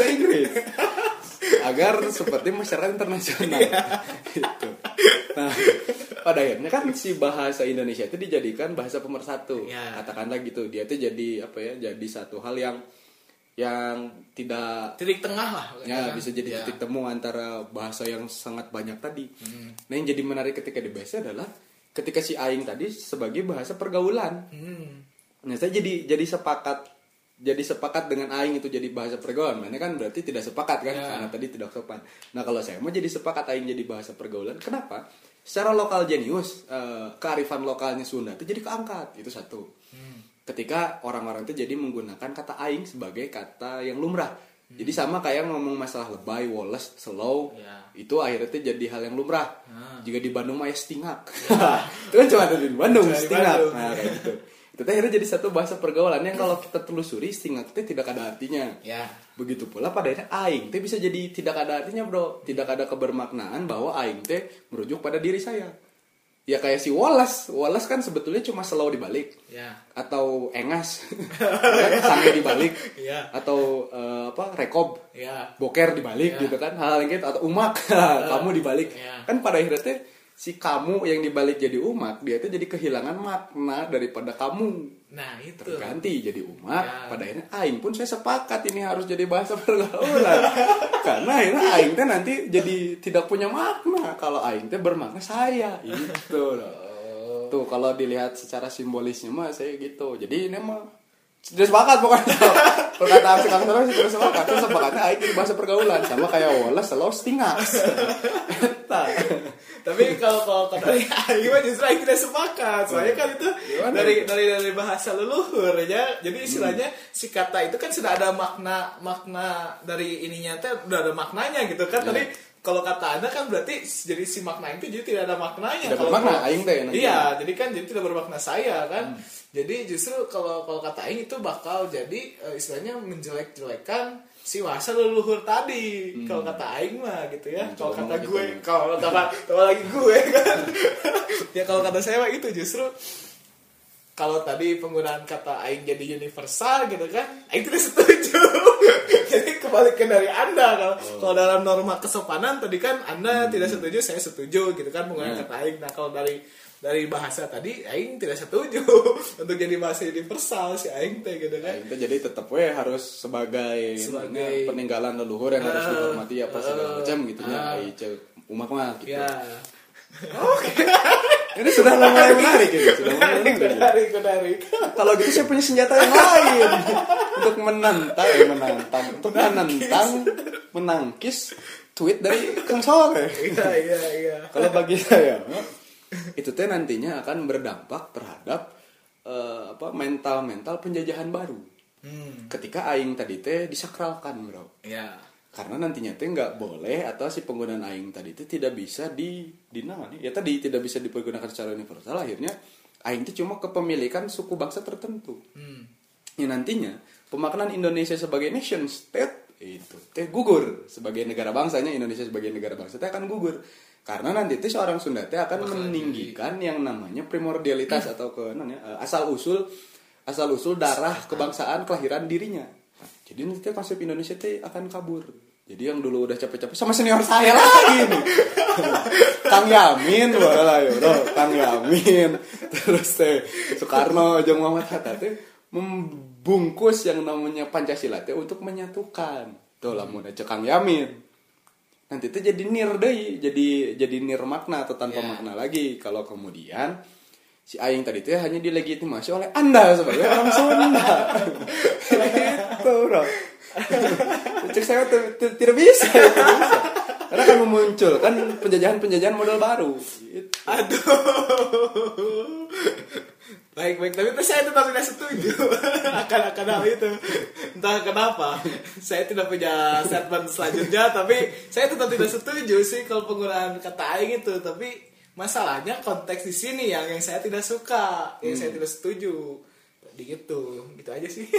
[SPEAKER 2] Agar seperti masyarakat internasional. Gitu. Nah, pada akhirnya kan si bahasa Indonesia itu dijadikan bahasa pemersatu. Katakanlah gitu, dia itu jadi apa ya? Jadi satu hal yang tidak
[SPEAKER 1] titik tengah lah.
[SPEAKER 2] Ya, bisa jadi titik temu antara bahasa yang sangat banyak tadi. Nah, yang jadi menarik ketika dibahas adalah ketika si aing tadi sebagai bahasa pergaulan. Nah, saya jadi sepakat dengan aing itu jadi bahasa pergaulan. Mana kan berarti tidak sepakat kan karena tadi tidak sopan. Nah, kalau saya mau jadi sepakat aing jadi bahasa pergaulan. Kenapa? Secara lokal jenius, kearifan lokalnya Sunda itu jadi keangkat. Itu satu. Ketika orang-orang itu jadi menggunakan kata aing sebagai kata yang lumrah. Jadi sama kayak ngomong masalah lebay, woles, slow. Itu akhirnya itu jadi hal yang lumrah. Jika di Bandung mah ya stingak. Itu kan cuma ada di Bandung, stingak. Nah, kayak gitu. Itu akhirnya jadi satu bahasa pergaulan yang kalau kita telusuri stingak itu tidak ada artinya. Begitu pula pada akhirnya aing teh bisa jadi tidak ada artinya bro. Tidak ada kebermaknaan bahwa aing teh merujuk pada diri saya. Ya kayak si Wallace kan sebetulnya cuma slow dibalik. Atau engas. Sange dibalik. Atau rekob. Boker dibalik gitu kan. Hal yang gitu. Atau umak. Kamu dibalik. Kan pada akhirnya teh si kamu yang dibalik jadi umak, dia itu jadi kehilangan makna daripada kamu.
[SPEAKER 1] Nah itu
[SPEAKER 2] terganti jadi umak. Pada akhirnya aing pun saya sepakat ini harus jadi bahasa pergaulan. Karena akhirnya aing teh nanti jadi tidak punya makna kalau aing teh bermakna saya. Itu loh. Tuh kalau dilihat secara simbolisnya mah saya gitu. Jadi ini mah sudah sepakat pokoknya. Perkataan sekarang sudah sepakat. Terus sepakatnya aing jadi bahasa pergaulan sama kayak Wallace selalu stingas.
[SPEAKER 1] Tapi kalau dari aing mah justru aing tidak sepakat. Soalnya kan itu dari bahasa leluhur ya. Jadi istilahnya si kata itu kan sudah ada makna dari ininya teh udah ada maknanya gitu kan. Tadi kalau kata Anda kan berarti jadi si makna itu jadi tidak ada maknanya.
[SPEAKER 2] Tidak bermakna aing teh.
[SPEAKER 1] Iya, jadi kan jadi tidak bermakna saya kan. Jadi justru kalau kata aing itu bakal jadi istilahnya menjelek-jelekan si bahasa leluhur tadi. Kalau kata aing mah gitu ya. Kalau kata gue, kalau lagi gue kan. Ya kalau kata saya mah itu justru kalau tadi penggunaan kata aing jadi universal gitu kan, aing tidak setuju. Jadi kebalikan dari Anda kalau dalam norma kesopanan tadi kan Anda tidak setuju, saya setuju gitu kan penggunaan kata aing. Nah kalau dari dari bahasa tadi aing tidak setuju untuk jadi bahasa universal si aing teh gitu kan.
[SPEAKER 2] Aing teh jadi tetap we harus sebagai peninggalan leluhur yang harus dihormati apa segala macam gitu nya. Ai ceu umak mah gitu.
[SPEAKER 1] Ya.
[SPEAKER 2] Oke. Ini sudah mulai menarik ini, sudah mulai
[SPEAKER 1] menarik.
[SPEAKER 2] Kalau gitu saya punya senjata yang lain untuk menangkis tweet dari Kang Soleh.
[SPEAKER 1] Iya.
[SPEAKER 2] Kalau bagi saya itu teh nantinya akan berdampak terhadap mental penjajahan baru. Ketika aing tadi teh disakralkan, bro.
[SPEAKER 1] Iya.
[SPEAKER 2] Karena nantinya teh nggak boleh atau si penggunaan aing tadi itu tidak bisa tidak bisa dipergunakan secara universal. Akhirnya aing itu cuma kepemilikan suku bangsa tertentu. Ya nantinya pemaknaan Indonesia sebagai nation state itu teh gugur sebagai negara bangsanya. Indonesia sebagai negara bangsa teh akan gugur karena nanti teh seorang Sunda teh akan meninggikan yang namanya primordialitas atau asal usul darah kebangsaan kelahiran dirinya. Jadi nanti konsep Indonesia teh akan kabur. Jadi yang dulu udah capek-capek sama senior saya lagi nih. Kang Yamin, Kang Yamin. Terus teh Soekarno jeung Muhammad Hatta teh membungkus yang namanya Pancasila teh untuk menyatukan. Tuh lamun aja Kang Yamin. Nanti teh jadi nir deui, jadi nir makna atau tanpa makna lagi kalau kemudian si aing tadi teh hanya dilegitimasi oleh Anda sebagai orang Sunda. Itu, bro. Cek saya tidak bisa. Karena akan memunculkan penjajahan model baru. Gitu.
[SPEAKER 1] Aduh. Baik, tapi saya tetap tidak setuju akan hal itu. Entah kenapa. Saya tidak punya statement selanjutnya, tapi saya tetap tidak setuju sih kalau penggunaan kata aing itu. Tapi masalahnya konteks di sini yang saya tidak suka, yang saya tidak setuju. Gitu aja sih.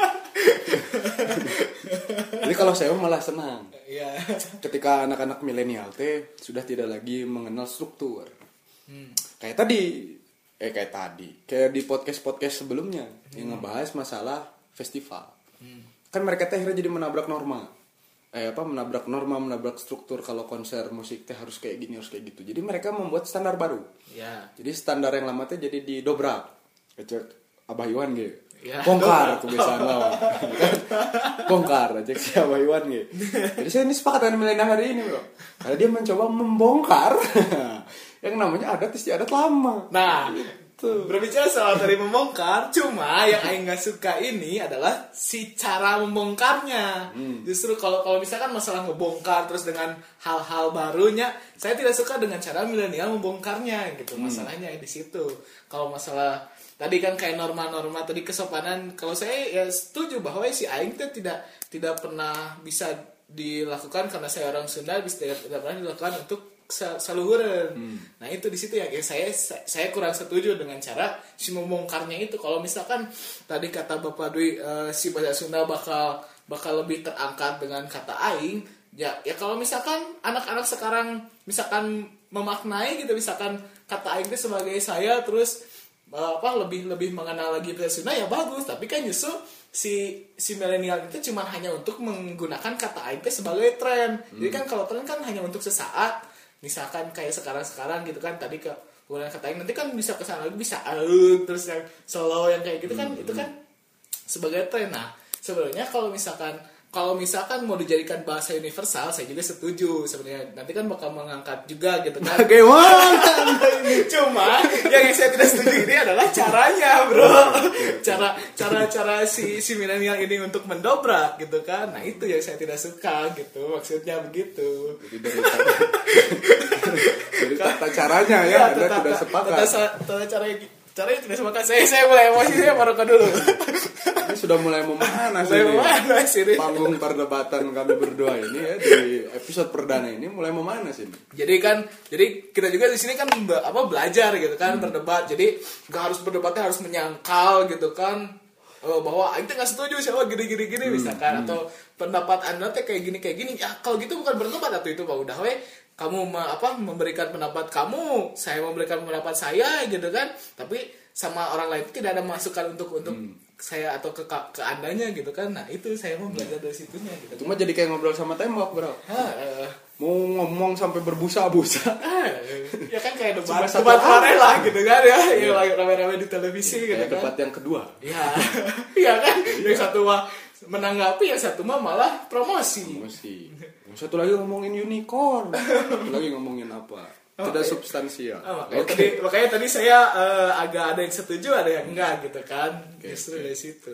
[SPEAKER 2] Jadi kalau saya malah senang.
[SPEAKER 1] Iya.
[SPEAKER 2] Ketika anak-anak milenial teh sudah tidak lagi mengenal struktur. Kayak di podcast sebelumnya yang ngebahas masalah festival. Kan mereka teh akhirnya jadi menabrak norma. Menabrak struktur. Kalau konser musik teh harus kayak gini, harus kayak gitu. Jadi mereka membuat standar baru.
[SPEAKER 1] Ya.
[SPEAKER 2] Jadi standar yang lama teh jadi didobrak. Cek Abah Iwan gitu.
[SPEAKER 1] Ya,
[SPEAKER 2] bongkar kebiasaan lawan. Bongkar cek si Abah Iwan gitu. Jadi saya ini sepakat dengan milenial hari ini, bro. Karena dia mencoba membongkar yang namanya adat istiadat lama.
[SPEAKER 1] Nah, berbicara soal tadi membongkar, cuma yang aing nggak suka ini adalah si cara membongkarnya. Justru kalau misalkan masalah ngebongkar terus dengan hal-hal barunya, saya tidak suka dengan cara milenial membongkarnya gitu. Masalahnya di situ. Kalau masalah tadi kan kayak norma-norma tadi kesopanan, kalau saya ya setuju bahwa si aing itu tidak pernah bisa dilakukan karena saya orang Sunda, tidak pernah dilakukan untuk saluhureun. Nah itu di situ ya saya kurang setuju dengan cara si membongkarnya itu. Kalau misalkan tadi kata Bapak Dwi si bahasa Sunda bakal lebih terangkat dengan kata aing, ya kalau misalkan anak-anak sekarang misalkan memaknai gitu, misalkan kata aing itu sebagai saya terus lebih mengenal lagi bahasa Sunda ya bagus. Tapi kan justru si milenial itu cuma hanya untuk menggunakan kata aing sebagai tren. Jadi kan kalau tren kan hanya untuk sesaat. Misalkan kayak sekarang gitu kan, tadi ke penggunaan kata aing nanti kan bisa kesana lagi, bisa terus yang slow yang kayak gitu kan, itu kan sebagai tren. Nah sebenarnya kalau misalkan mau dijadikan bahasa universal, saya juga setuju sebenarnya. Nanti kan bakal mengangkat juga gitu kan.
[SPEAKER 2] Bagaimana?
[SPEAKER 1] Cuma yang saya tidak setuju ini adalah caranya, bro. Cara si milenial ini untuk mendobrak gitu kan. Nah itu yang saya tidak suka gitu. Maksudnya begitu.
[SPEAKER 2] Jadi tata caranya ya, Anda tidak sepakat.
[SPEAKER 1] Tata caranya tidak sepakat. Saya mulai emosi, saya baru dulu.
[SPEAKER 2] Ini sudah mulai memanas ini. Panggung perdebatan kami berdua ini ya di episode perdana ini mulai memanas ini.
[SPEAKER 1] Jadi kita juga di sini kan belajar gitu kan, berdebat. Jadi nggak harus berdebatnya harus menyangkal gitu kan. Bahwa itu nggak setuju siapa gini misalkan, atau pendapat Anda teh kayak gini ya. Kalau gitu bukan berdebat, atau itu udah kamu memberikan pendapat kamu, saya memberikan pendapat saya gitu kan. Tapi sama orang lain tidak ada masukan untuk saya atau ke andanya gitu kan. Nah itu saya mau belajar dari situnya gitu.
[SPEAKER 2] Cuma jadi kayak ngobrol sama tembok, bro. mau ngomong sampai berbusa-busa.
[SPEAKER 1] Ya kan kayak
[SPEAKER 2] Cuma
[SPEAKER 1] debat
[SPEAKER 2] satu
[SPEAKER 1] kemarin
[SPEAKER 2] hal.
[SPEAKER 1] lah gitu kan ya, yang lagi rame-rame di televisi gitu
[SPEAKER 2] Kayak
[SPEAKER 1] kan.
[SPEAKER 2] debat yang kedua.
[SPEAKER 1] Iya. Iya kan, yang satu mah menanggapi, yang satu mah malah promosi.
[SPEAKER 2] Yang satu lagi ngomongin unicorn. Satu lagi ngomongin apa? Tidak substansial.
[SPEAKER 1] Makanya tadi saya agak ada yang setuju, ada yang enggak gitu kan. Justru dari situ.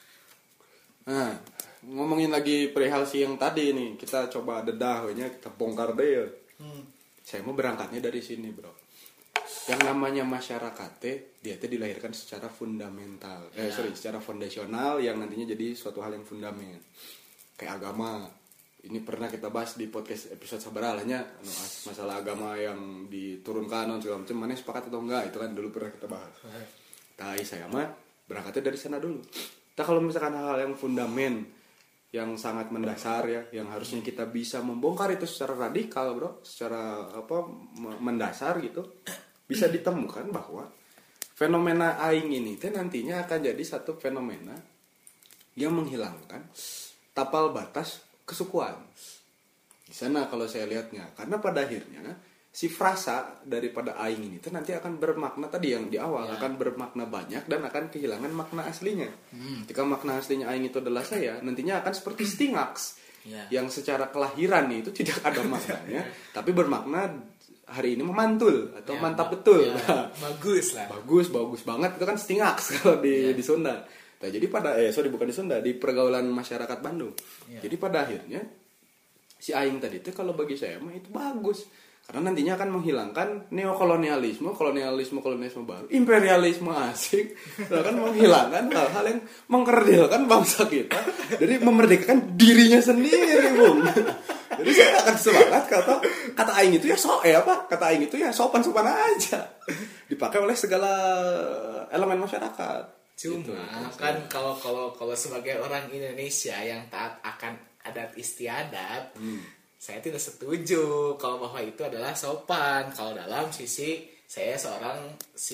[SPEAKER 2] Nah, ngomongin lagi perihal si yang tadi nih, kita coba dedahnya, kita bongkar deh. Saya mau berangkatnya dari sini, bro. Yang namanya masyarakat dia dilahirkan secara fundamental. Secara fondasional yang nantinya jadi suatu hal yang fundamental. Kayak agama. Ini pernah kita bahas di podcast episode sabaralahnya masalah agama yang diturunkan segala macam. Mana sepakat atau enggak? Itu kan dulu pernah kita bahas. Saya mah berangkatnya dari sana dulu. Kita kalau misalkan hal-hal yang fundamen, yang sangat mendasar ya, yang harusnya kita bisa membongkar itu secara radikal, bro, secara mendasar gitu, bisa ditemukan bahwa fenomena aing ini nantinya akan jadi satu fenomena yang menghilangkan tapal batas kesukuan. Di sana kalau saya lihatnya, karena pada akhirnya si frasa daripada aing ini nanti akan bermakna tadi yang di awal akan bermakna banyak dan akan kehilangan makna aslinya. Ketika makna aslinya aing itu adalah saya, nantinya akan seperti stingax yang secara kelahiran itu tidak ada maknanya, tapi bermakna hari ini memantul atau mantap betul.
[SPEAKER 1] Bagus lah.
[SPEAKER 2] Bagus banget itu kan stingax kalau di Sunda. Nah, jadi bukan di Sunda, di pergaulan masyarakat Bandung. Jadi pada akhirnya si aing tadi itu kalau bagi saya mah itu bagus. Karena nantinya akan menghilangkan neokolonialisme baru, imperialisme asing, akan menghilangkan hal-hal yang mengkerdilkan bangsa kita dari memerdekakan dirinya sendiri, Bung. Jadi saya akan semangat kata aing itu ya kata aing itu ya sopan-sopan aja. Dipakai oleh segala elemen masyarakat.
[SPEAKER 1] Cuma gitu, kan kalau sebagai orang Indonesia yang taat akan adat istiadat, saya tidak setuju kalau bahwa itu adalah sopan. Kalau dalam sisi saya seorang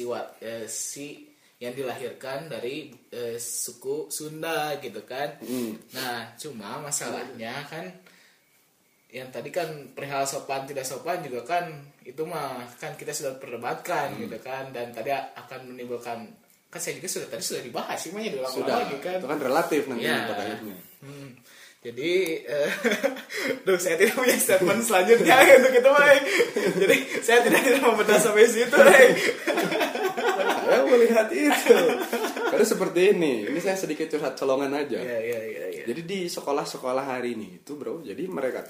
[SPEAKER 1] si yang dilahirkan dari suku Sunda gitu kan. Nah, cuma masalahnya kan yang tadi kan perihal sopan tidak sopan juga kan itu mah kan kita sudah perdebatkan gitu kan, dan tadi akan menimbulkan, kan saya juga sudah dibahas sih mah diulang lagi kan.
[SPEAKER 2] Itu kan relatif nanti pada akhirnya.
[SPEAKER 1] Jadi, saya tidak punya statement selanjutnya untuk itu, jadi saya tidak membedah sampai situ,
[SPEAKER 2] Saya melihat itu. Karena seperti ini saya sedikit curhat colongan aja.
[SPEAKER 1] Iya.
[SPEAKER 2] Jadi di sekolah-sekolah hari ini itu, bro, jadi mereka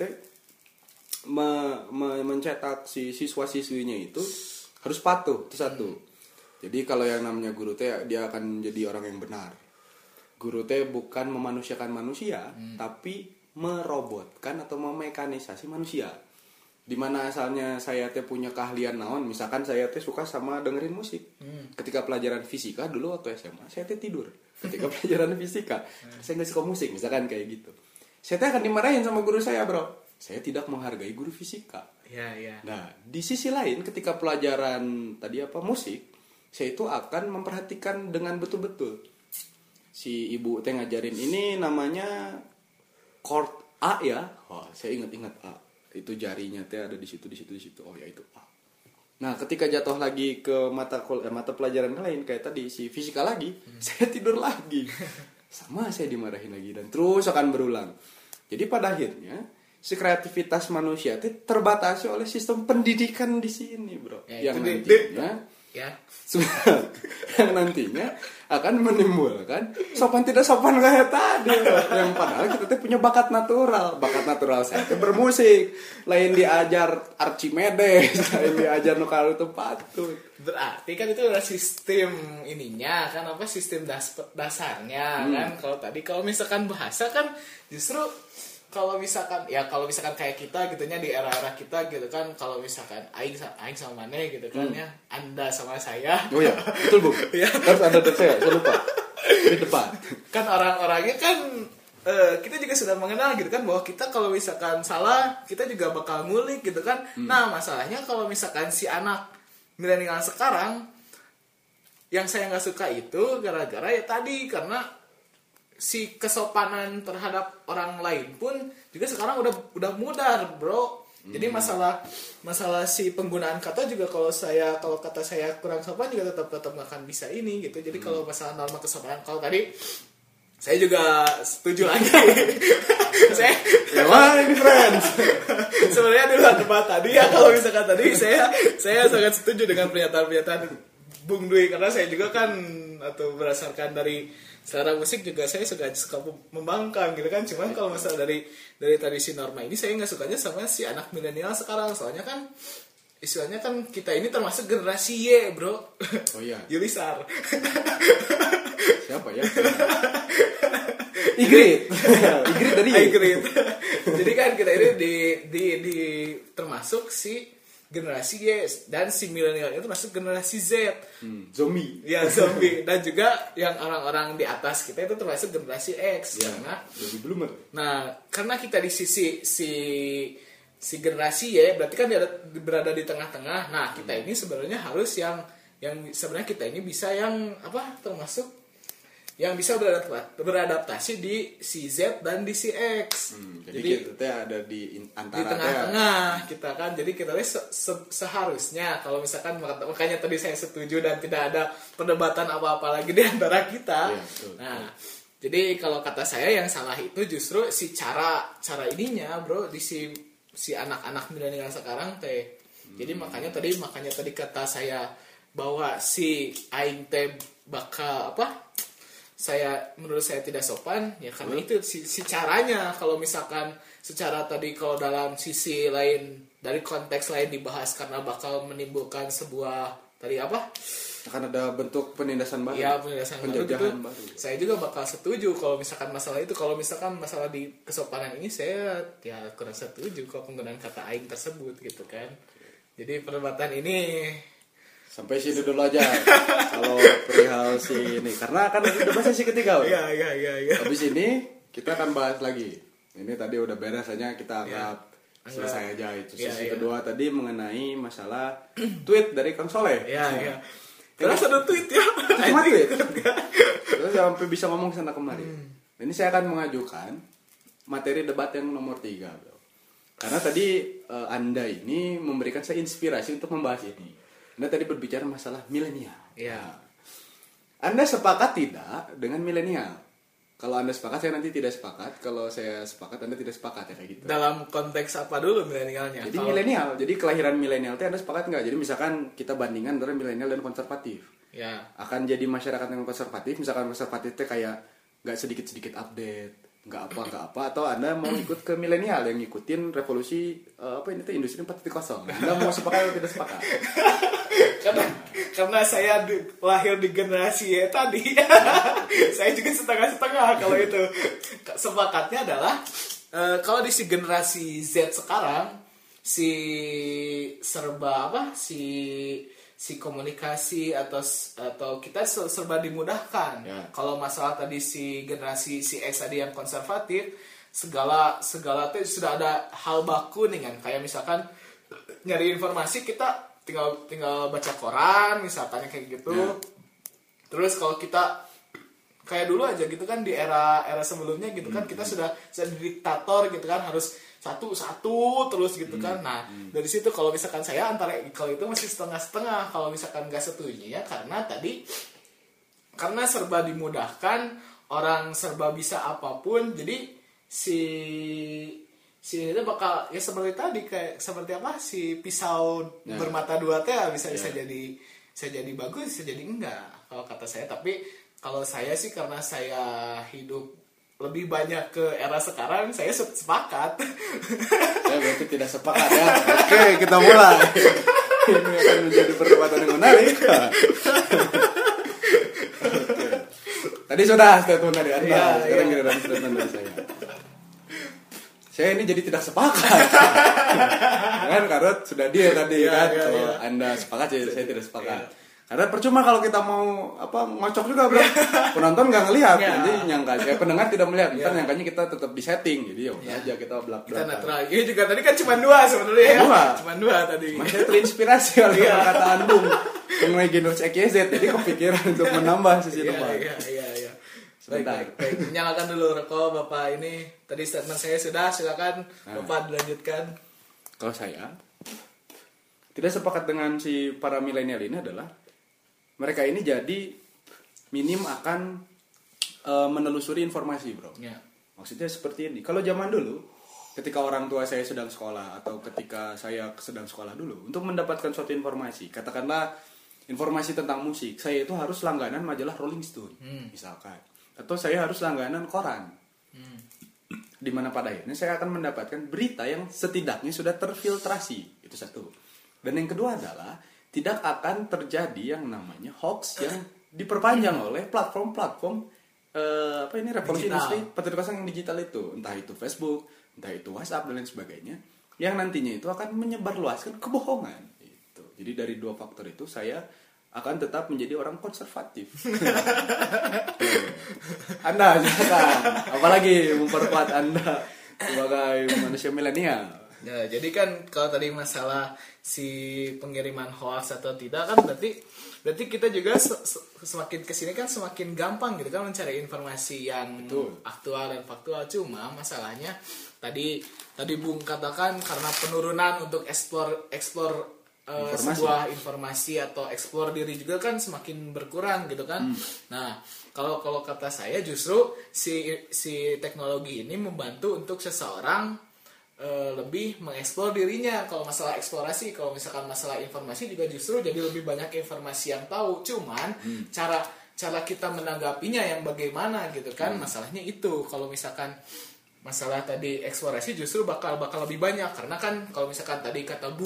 [SPEAKER 2] mencetak si siswa-siswinya itu harus patuh, itu satu. Jadi kalau yang namanya guru dia akan jadi orang yang benar. Guru bukan memanusiakan manusia, tapi merobotkan atau memekanisasi manusia. Dimana asalnya saya punya keahlian naon, misalkan saya suka sama dengerin musik. Ketika pelajaran fisika dulu waktu SMA, saya tidur. Ketika pelajaran fisika, saya nggak suka musik, misalkan kayak gitu. Saya akan dimarahin sama guru saya, bro. Saya tidak menghargai guru fisika.
[SPEAKER 1] Iya.
[SPEAKER 2] Nah, di sisi lain ketika pelajaran musik, saya itu akan memperhatikan dengan betul-betul. Si ibu ngajarin ini namanya chord A ya. Saya ingat A. Itu jarinya ada di situ. Oh ya itu A. Nah, ketika jatuh lagi ke mata pelajaran lain kayak tadi si fisika lagi, saya tidur lagi. Sama saya dimarahin lagi dan terus akan berulang. Jadi pada akhirnya si kreativitas manusia terbatasi oleh sistem pendidikan di sini, bro. Yang nantinya akan menimbulkan sopan tidak sopan kayak tadi, bro. Yang padahal kita punya bakat natural saya bermusik, lain diajar Archimedes, lain diajar nukaru patut.
[SPEAKER 1] Berarti kan itu adalah sistem ininya kan, sistem dasarnya kan. Kalau misalkan bahasa kan justru kalau misalkan kayak kita gitunya di era-era kita gitu kan, kalau misalkan aing sama Mane gitu kan ya, Anda sama saya.
[SPEAKER 2] Oh ya, betul, Bu. Ya. Harus Anda dan saya lupa. Di depan.
[SPEAKER 1] Kan orang-orangnya kan kita juga sudah mengenal gitu kan, bahwa kita kalau misalkan salah kita juga bakal ngulik gitu kan. Nah, masalahnya kalau misalkan si anak milenial sekarang yang saya nggak suka itu gara-gara ya tadi, karena si kesopanan terhadap orang lain pun juga sekarang udah mudar, bro. Jadi masalah si penggunaan kata juga kalau kata saya kurang sopan juga tetap nggak akan bisa ini gitu. Jadi kalau masalah norma kesopanan, kalau tadi saya juga setuju lagi. Saya
[SPEAKER 2] ini friends.
[SPEAKER 1] Sebenarnya di luar debat tadi ya, kalau misalkan tadi saya sangat setuju dengan pernyataan Bung Dwi, karena saya juga kan atau berdasarkan dari selera musik juga saya suka membangkang gitu kan. Cuman kalau masalah dari tradisi norma ini saya nggak sukanya sama si anak milenial sekarang, soalnya kan istilahnya kan kita ini termasuk generasi Y, bro.
[SPEAKER 2] Oh iya.
[SPEAKER 1] Yulisar.
[SPEAKER 2] Siapa ya? Igrit dari
[SPEAKER 1] Igrit. Jadi kan kita ini di termasuk si generasi Y, dan si milenial itu masuk generasi Z.
[SPEAKER 2] Zombie.
[SPEAKER 1] Ya, zombie. Dan juga yang orang-orang di atas kita itu termasuk generasi X.
[SPEAKER 2] Ya,
[SPEAKER 1] karena
[SPEAKER 2] baby bloomer.
[SPEAKER 1] Nah, karena kita di sisi si generasi Y, berarti kan dia berada di tengah-tengah. Nah, kita ini sebenarnya harus yang sebenarnya kita ini bisa yang termasuk yang bisa beradaptasi di si Z dan di si X.
[SPEAKER 2] Jadi kita ada di antara
[SPEAKER 1] di tengah-tengah kita kan. Jadi kita seharusnya kalau misalkan, makanya tadi saya setuju dan tidak ada perdebatan apa-apa lagi di antara kita.
[SPEAKER 2] Ya, betul.
[SPEAKER 1] Nah, jadi kalau kata saya yang salah itu justru si cara ininya, bro, di si anak-anak milenial sekarang teh. Jadi makanya tadi kata saya bahwa si aing teh bakal menurut saya tidak sopan ya, karena itu si caranya. Kalau misalkan secara tadi, kalau dalam sisi lain, dari konteks lain dibahas karena bakal menimbulkan sebuah tadi
[SPEAKER 2] akan ada bentuk penindasan baru.
[SPEAKER 1] Ya, penindasan baru gitu. Saya juga bakal setuju kalau misalkan masalah itu. Kalau misalkan masalah di kesopanan ini, saya ya kurang setuju kalau penggunaan kata aing tersebut gitu kan. Jadi perdebatan ini
[SPEAKER 2] sampai sini dulu aja kalau perihal si ini, karena kan udah bahas sesi ketiga.
[SPEAKER 1] Iya.
[SPEAKER 2] Habis ini kita akan bahas lagi. Ini tadi udah beres aja, kita anggap selesai aja itu. Sesi kedua tadi mengenai masalah tweet dari Kang Soleh.
[SPEAKER 1] Iya. Terus ada tweet ya.
[SPEAKER 2] Cuma tweet. Terus sampai bisa ngomong sana kemari. Ini saya akan mengajukan materi debat yang nomor 3, bro. Karena tadi Anda ini memberikan saya inspirasi untuk membahas ini. Anda tadi berbicara masalah milenial.
[SPEAKER 1] Iya.
[SPEAKER 2] Anda sepakat tidak dengan milenial? Kalau Anda sepakat, saya nanti tidak sepakat. Kalau saya sepakat, Anda tidak sepakat, ya kayak gitu.
[SPEAKER 1] Dalam konteks apa dulu milenialnya?
[SPEAKER 2] Jadi milenial, jadi kelahiran milenial itu Anda sepakat nggak? Jadi misalkan kita bandingkan antara milenial dan konservatif.
[SPEAKER 1] Ya.
[SPEAKER 2] Akan jadi masyarakat yang konservatif, misalkan konservatif itu kayak nggak sedikit-sedikit update, nggak apa, atau Anda mau ikut ke milenial yang ngikutin revolusi industri 4.0. Anda mau sepakat atau tidak sepakat?
[SPEAKER 1] Karena saya lahir di generasi ya tadi. Saya juga setengah-setengah kalau itu. Sepakatnya adalah kalau di si generasi Z sekarang, si komunikasi atau kita serba dimudahkan. Ya. Kalau masalah tadi si generasi si X tadi yang konservatif, segala itu sudah ada hal baku nih kan. Kayak misalkan nyari informasi kita tinggal baca koran misalkan kayak gitu. Ya. Terus kalau kita kayak dulu aja gitu kan, di era sebelumnya gitu kan, kita sudah diktator gitu kan, harus satu terus gitu kan. Nah, dari situ kalau misalkan saya kalau itu masih setengah-setengah. Kalau misalkan nggak setuju ya, karena serba dimudahkan, orang serba bisa apapun, jadi si itu bakal ya seperti tadi, kayak seperti si pisau bermata dua teh bisa jadi bagus, bisa jadi enggak kalau kata saya. Tapi kalau saya sih, karena saya hidup lebih banyak ke era sekarang, saya sepakat.
[SPEAKER 2] Saya berarti tidak sepakat ya. Oke, kita mulai. Ini akan menjadi perdebatan yang menarik. Oke. Tadi sudah statement dari Anda. Sekarang giliran statement dari saya. Saya ini jadi tidak sepakat. Kan Karot sudah dia tadi kan. Kalau Anda sepakat, saya tidak sepakat. Karena percuma kalau kita mau ngocok juga, bro. Penonton nggak ngelihat, nanti nyangka pendengar tidak melihat, kan nyangkanya kita tetap di setting. Jadi aja kita belak-belakan.
[SPEAKER 1] Kita netral. Ini juga tadi kan cuma 2 sebenarnya ya. Cuma 2 tadi.
[SPEAKER 2] Masih terinspirasi oleh perkataan Bung mengenai Genos XYZ, jadi kepikiran untuk menambah sisi depan.
[SPEAKER 1] Iya.
[SPEAKER 2] Sebentar.
[SPEAKER 1] Baik. Nyalakan dulu rokok Bapak ini. Tadi statement saya sudah, silakan Bapak dilanjutkan.
[SPEAKER 2] kalau saya tidak sepakat dengan si para milenial ini adalah mereka ini jadi minim akan menelusuri informasi, bro.
[SPEAKER 1] Ya.
[SPEAKER 2] Maksudnya seperti ini. Kalau zaman dulu, ketika orang tua saya sedang sekolah atau ketika saya sedang sekolah dulu, untuk mendapatkan suatu informasi, katakanlah informasi tentang musik, saya itu harus langganan majalah Rolling Stone, misalkan, atau saya harus langganan koran. Di mana pada akhirnya saya akan mendapatkan berita yang setidaknya sudah terfiltrasi. Itu satu. Dan yang kedua adalah tidak akan terjadi yang namanya hoax yang diperpanjang oleh platform-platform revolusi industri 4.0 yang digital itu, entah itu Facebook, entah itu WhatsApp dan lain sebagainya, yang nantinya itu akan menyebarluaskan kebohongan. Itu. Jadi dari dua faktor itu saya akan tetap menjadi orang konservatif. Anda jangan, apalagi memperkuat Anda sebagai manusia milenial.
[SPEAKER 1] Ya, jadi kan kalau tadi masalah si pengiriman hoax atau tidak kan berarti kita juga semakin kesini kan semakin gampang gitu kan mencari informasi yang aktual dan faktual. Cuma masalahnya tadi Bung katakan karena penurunan untuk explore sebuah informasi atau explore diri juga kan semakin berkurang gitu kan. Nah, kalau kata saya justru si teknologi ini membantu untuk seseorang lebih mengeksplor dirinya. Kalau masalah eksplorasi, kalau misalkan masalah informasi juga justru jadi lebih banyak informasi yang tahu. Cuman cara kita menanggapinya yang bagaimana gitu kan. Masalahnya itu kalau misalkan masalah tadi eksplorasi justru bakal lebih banyak karena kan kalau misalkan tadi kata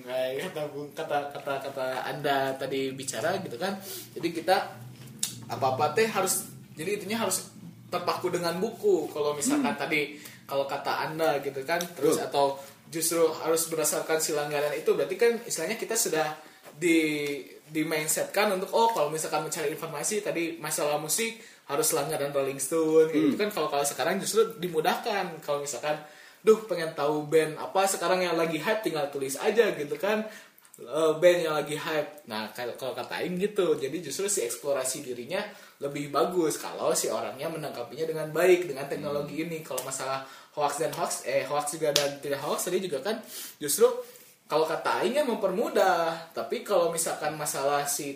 [SPEAKER 1] Anda tadi bicara gitu kan, jadi kita apa teh harus, jadi intinya harus terpaku dengan buku kalau misalkan tadi kalau kata Anda gitu kan, terus atau justru harus berdasarkan si langganan itu, berarti kan istilahnya kita sudah di mindsetkan untuk kalau misalkan mencari informasi tadi masalah musik harus langganan Rolling Stone gitu kan. Kalau sekarang justru dimudahkan, kalau misalkan pengen tahu band apa sekarang yang lagi hype tinggal tulis aja gitu kan, band yang lagi hype. Nah kalau katain gitu, jadi justru si eksplorasi dirinya lebih bagus kalau si orangnya menangkapinya dengan baik dengan teknologi ini. Kalau masalah hoax juga dan tidak hoax tadi juga kan justru kalau kata Aing mempermudah, tapi kalau misalkan masalah si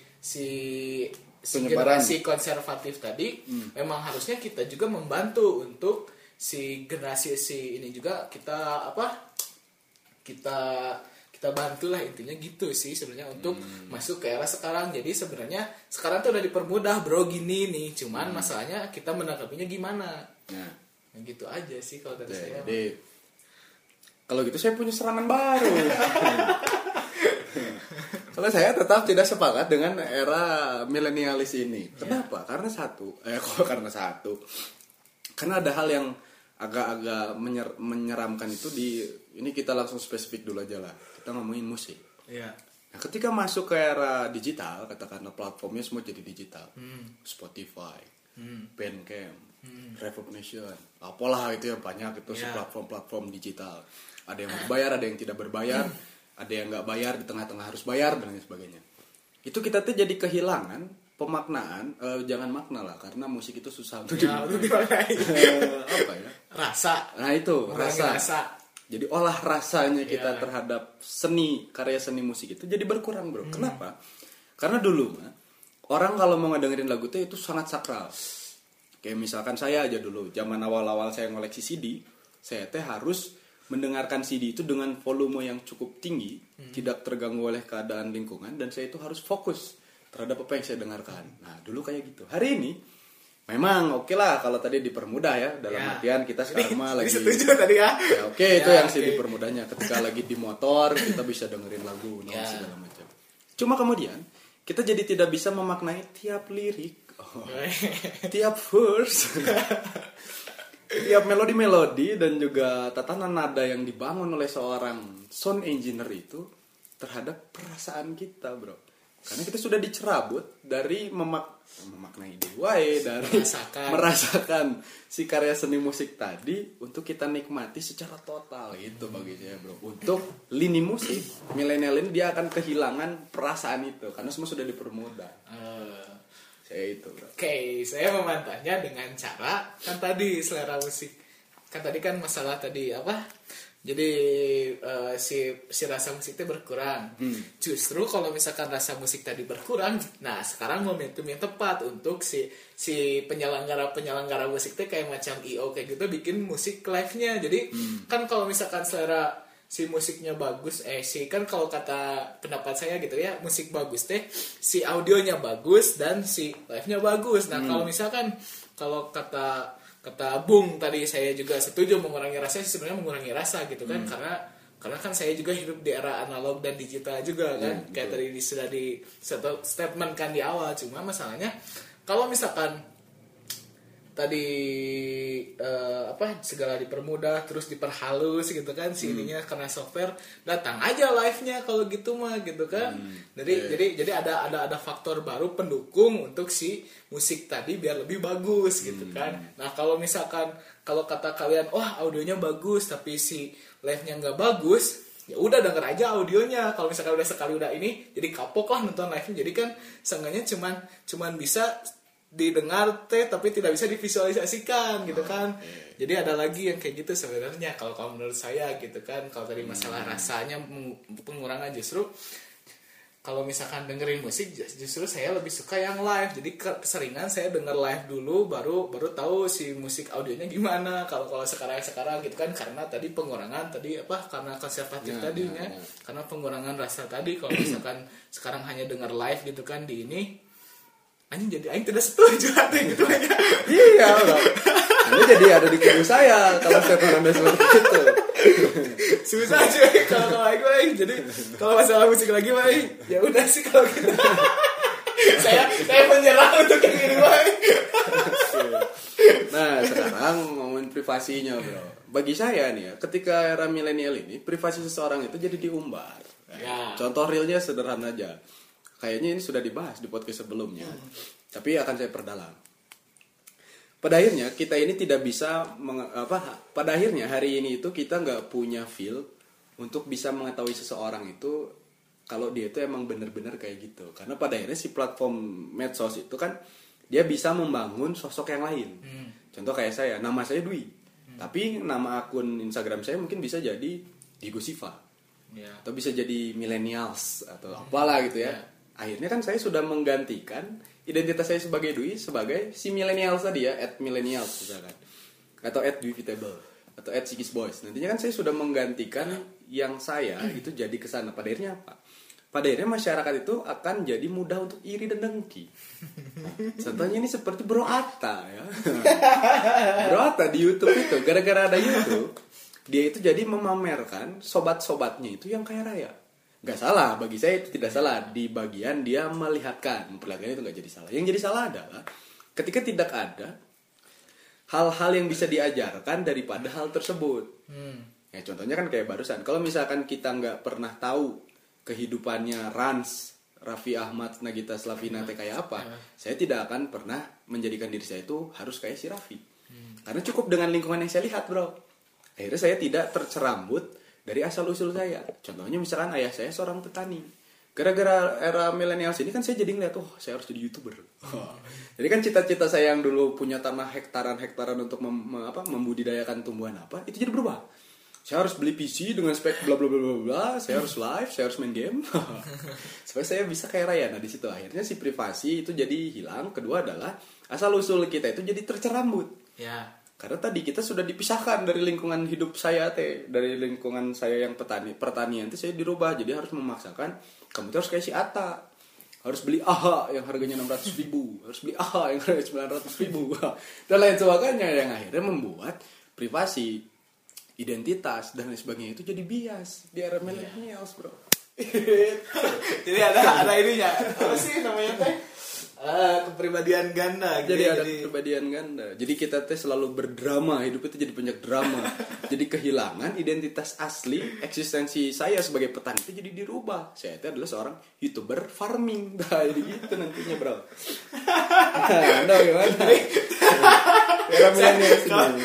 [SPEAKER 1] generasi konservatif tadi, memang harusnya kita juga membantu untuk si generasi ini juga kita bantulah, intinya gitu sih sebenarnya untuk masuk ke era sekarang. Jadi sebenarnya sekarang tuh udah dipermudah bro gini nih, cuman masalahnya kita menanggapinya gimana. Nah gitu aja sih kalau dari saya.
[SPEAKER 2] Kalau gitu saya punya serangan baru. Kalau saya tetap tidak sepakat dengan era milenialis ini. Kenapa? Karena karena ada hal yang agak-agak menyeramkan itu ini kita langsung spesifik dulu aja lah. Kita ngomongin musik.
[SPEAKER 1] Iya.
[SPEAKER 2] Nah, ketika masuk ke era digital, katakanlah platformnya semua jadi digital. Spotify, Bandcamp, Reverb Nation, apalah itu yang banyak itu platform-platform digital. Ada yang berbayar, ada yang tidak berbayar. Ada yang nggak bayar, di tengah-tengah harus bayar dan lain sebagainya. Itu kita tuh jadi kehilangan pemaknaan, jangan makna lah, karena musik itu susah untuk
[SPEAKER 1] dimaknai. Rasa.
[SPEAKER 2] Nah itu rasa. Jadi olah rasanya kita terhadap karya seni musik itu jadi berkurang bro. Kenapa? Karena dulu orang kalau mau ngedengerin lagu itu sangat sakral. Kayak misalkan saya aja dulu, zaman awal-awal saya ngoleksi CD, saya harus mendengarkan CD itu dengan volume yang cukup tinggi, tidak terganggu oleh keadaan lingkungan, dan saya itu harus fokus terhadap apa yang saya dengarkan. Nah dulu kayak gitu. Hari ini memang oke lah kalau tadi dipermudah ya, dalam artian kita sekarang lagi
[SPEAKER 1] setuju tadi
[SPEAKER 2] itu yang sih dipermudahnya. Ketika lagi di motor kita bisa dengerin lagu dan segala macam. Cuma kemudian kita jadi tidak bisa memaknai tiap lirik, tiap verse. Tiap melodi dan juga tatanan nada yang dibangun oleh seorang sound engineer itu terhadap perasaan kita bro. Karena kita sudah dicerabut dari memaknai dari merasakan si karya seni musik tadi untuk kita nikmati secara total gitu bagi saya bro. Untuk lini musik milenial ini dia akan kehilangan perasaan itu karena semua sudah dipermudah. Itu,
[SPEAKER 1] Oke, saya memantahnya dengan cara kan tadi selera musik. Kan tadi kan masalah tadi Jadi si rasa musik itu berkurang. Justru kalau misalkan rasa musik tadi berkurang, nah sekarang momentum yang tepat untuk si penyelenggara musik itu kayak macam IO kayak gitu bikin musik live-nya. Jadi kan kalau misalkan selera si musiknya bagus, kan kalau kata pendapat saya gitu ya, musik bagus teh si audionya bagus dan si live-nya bagus. Nah kalau misalkan kalau kata Bung tadi, saya juga setuju mengurangi rasa, sebenarnya mengurangi rasa gitu kan, karena kan saya juga hidup di era analog dan digital juga kan, kayak tadi sudah di statement kan di awal. Cuma masalahnya kalau misalkan tadi segala dipermudah terus diperhalus gitu kan ininya karena software, datang aja live-nya kalau gitu mah gitu kan. Jadi ada faktor baru pendukung untuk si musik tadi biar lebih bagus gitu kan. Nah kalau misalkan kalau kata kalian audionya bagus tapi si live-nya nggak bagus, ya udah denger aja audionya. Kalau misalkan udah sekali udah ini jadi kapok lah nonton live-nya. Jadi kan seenggaknya cuman bisa didengar tapi tidak bisa divisualisasikan gitu kan. Jadi ada lagi yang kayak gitu sebenarnya kalau menurut saya gitu kan. Kalau tadi masalah rasanya pengurangan, justru kalau misalkan dengerin musik justru saya lebih suka yang live. Jadi keseringan saya denger live dulu baru tahu si musik audionya gimana. Kalau sekarang gitu kan, karena tadi pengurangan tadi karena konservatif tadinya, karena pengurangan rasa tadi. Kalau misalkan sekarang hanya denger live gitu kan di ini, anjing jadi aing tidak setuju gitu aja.
[SPEAKER 2] Iya, bro. Anda jadi ada di kubu saya kalau saya pernah seperti itu.
[SPEAKER 1] Susah cuy kalau aing. Jadi kalau masalah musik lagi mah ya udah sih kalau gitu. saya menyerah untuk yang ini mah.
[SPEAKER 2] Nah, sekarang ngomongin privasinya, bro. Bagi saya nih ya, ketika era milenial ini, privasi seseorang itu jadi diumbar. Ya. Contoh realnya sederhana aja. Kayaknya ini sudah dibahas di podcast sebelumnya, tapi akan saya perdalam. Pada akhirnya kita ini tidak bisa pada akhirnya hari ini itu kita nggak punya feel untuk bisa mengetahui seseorang itu kalau dia itu emang benar-benar kayak gitu. Karena pada akhirnya si platform medsos itu kan dia bisa membangun sosok yang lain. Contoh kayak saya, nama saya Dwi, tapi nama akun Instagram saya mungkin bisa jadi Diego Siva, atau bisa jadi millennials atau apalah gitu ya. Akhirnya kan saya sudah menggantikan identitas saya sebagai Dwi sebagai si millennials tadi ya, @millennials misalkan, atau @dwivitable atau @sikisboys. Nantinya kan saya sudah menggantikan yang saya itu jadi kesana. Pada akhirnya apa? Pada akhirnya masyarakat itu akan jadi mudah untuk iri dan dengki. Nah, contohnya ini seperti Bro Atta ya. Bro Atta di YouTube itu gara-gara ada YouTube, dia itu jadi memamerkan sobat-sobatnya itu yang kaya raya. Gak salah, bagi saya itu tidak salah. Di bagian dia memperlihatkan itu gak jadi salah. Yang jadi salah adalah ketika tidak ada hal-hal yang bisa diajarkan daripada hal tersebut. Ya contohnya kan kayak barusan, kalau misalkan kita gak pernah tahu kehidupannya Raffi Ahmad, Nagita Slavina kayak apa, saya tidak akan pernah menjadikan diri saya itu harus kayak si Raffi. Karena cukup dengan lingkungan yang saya lihat, bro. Akhirnya saya tidak tercerambut dari asal-usul saya. Contohnya misalkan ayah saya seorang petani. Gara-gara era milenials ini kan saya jadi ngeliat, saya harus jadi YouTuber. Jadi kan cita-cita saya yang dulu punya tanah hektaran-hektaran untuk membudidayakan tumbuhan itu jadi berubah. Saya harus beli PC dengan spek bla bla bla bla, saya harus live, saya harus main game. Supaya saya bisa kaya raya. Nah, di situ akhirnya si privasi itu jadi hilang. Kedua adalah asal-usul kita itu jadi tercerambut.
[SPEAKER 1] Ya.
[SPEAKER 2] Karena tadi kita sudah dipisahkan dari lingkungan hidup saya dari lingkungan saya yang pertanian itu saya dirubah, jadi harus memaksakan kamu harus kayak si Atta, harus beli AHA yang harganya 600.000, harus beli AHA yang harganya 900.000 dan lain sebagainya, yang akhirnya membuat privasi, identitas dan lain sebagainya itu jadi bias di era millennials, bro.
[SPEAKER 1] Jadi ada ininya apa sih namanya teh? Kepribadian ganda
[SPEAKER 2] gitu. Jadi ada kepribadian ganda. Jadi kita selalu berdrama, hidup itu jadi banyak drama. Jadi kehilangan identitas asli, eksistensi saya sebagai petani itu jadi dirubah. Saya itu adalah seorang YouTuber farming. Nah, jadi gitu nantinya, bro. Anda gimana? Era milenial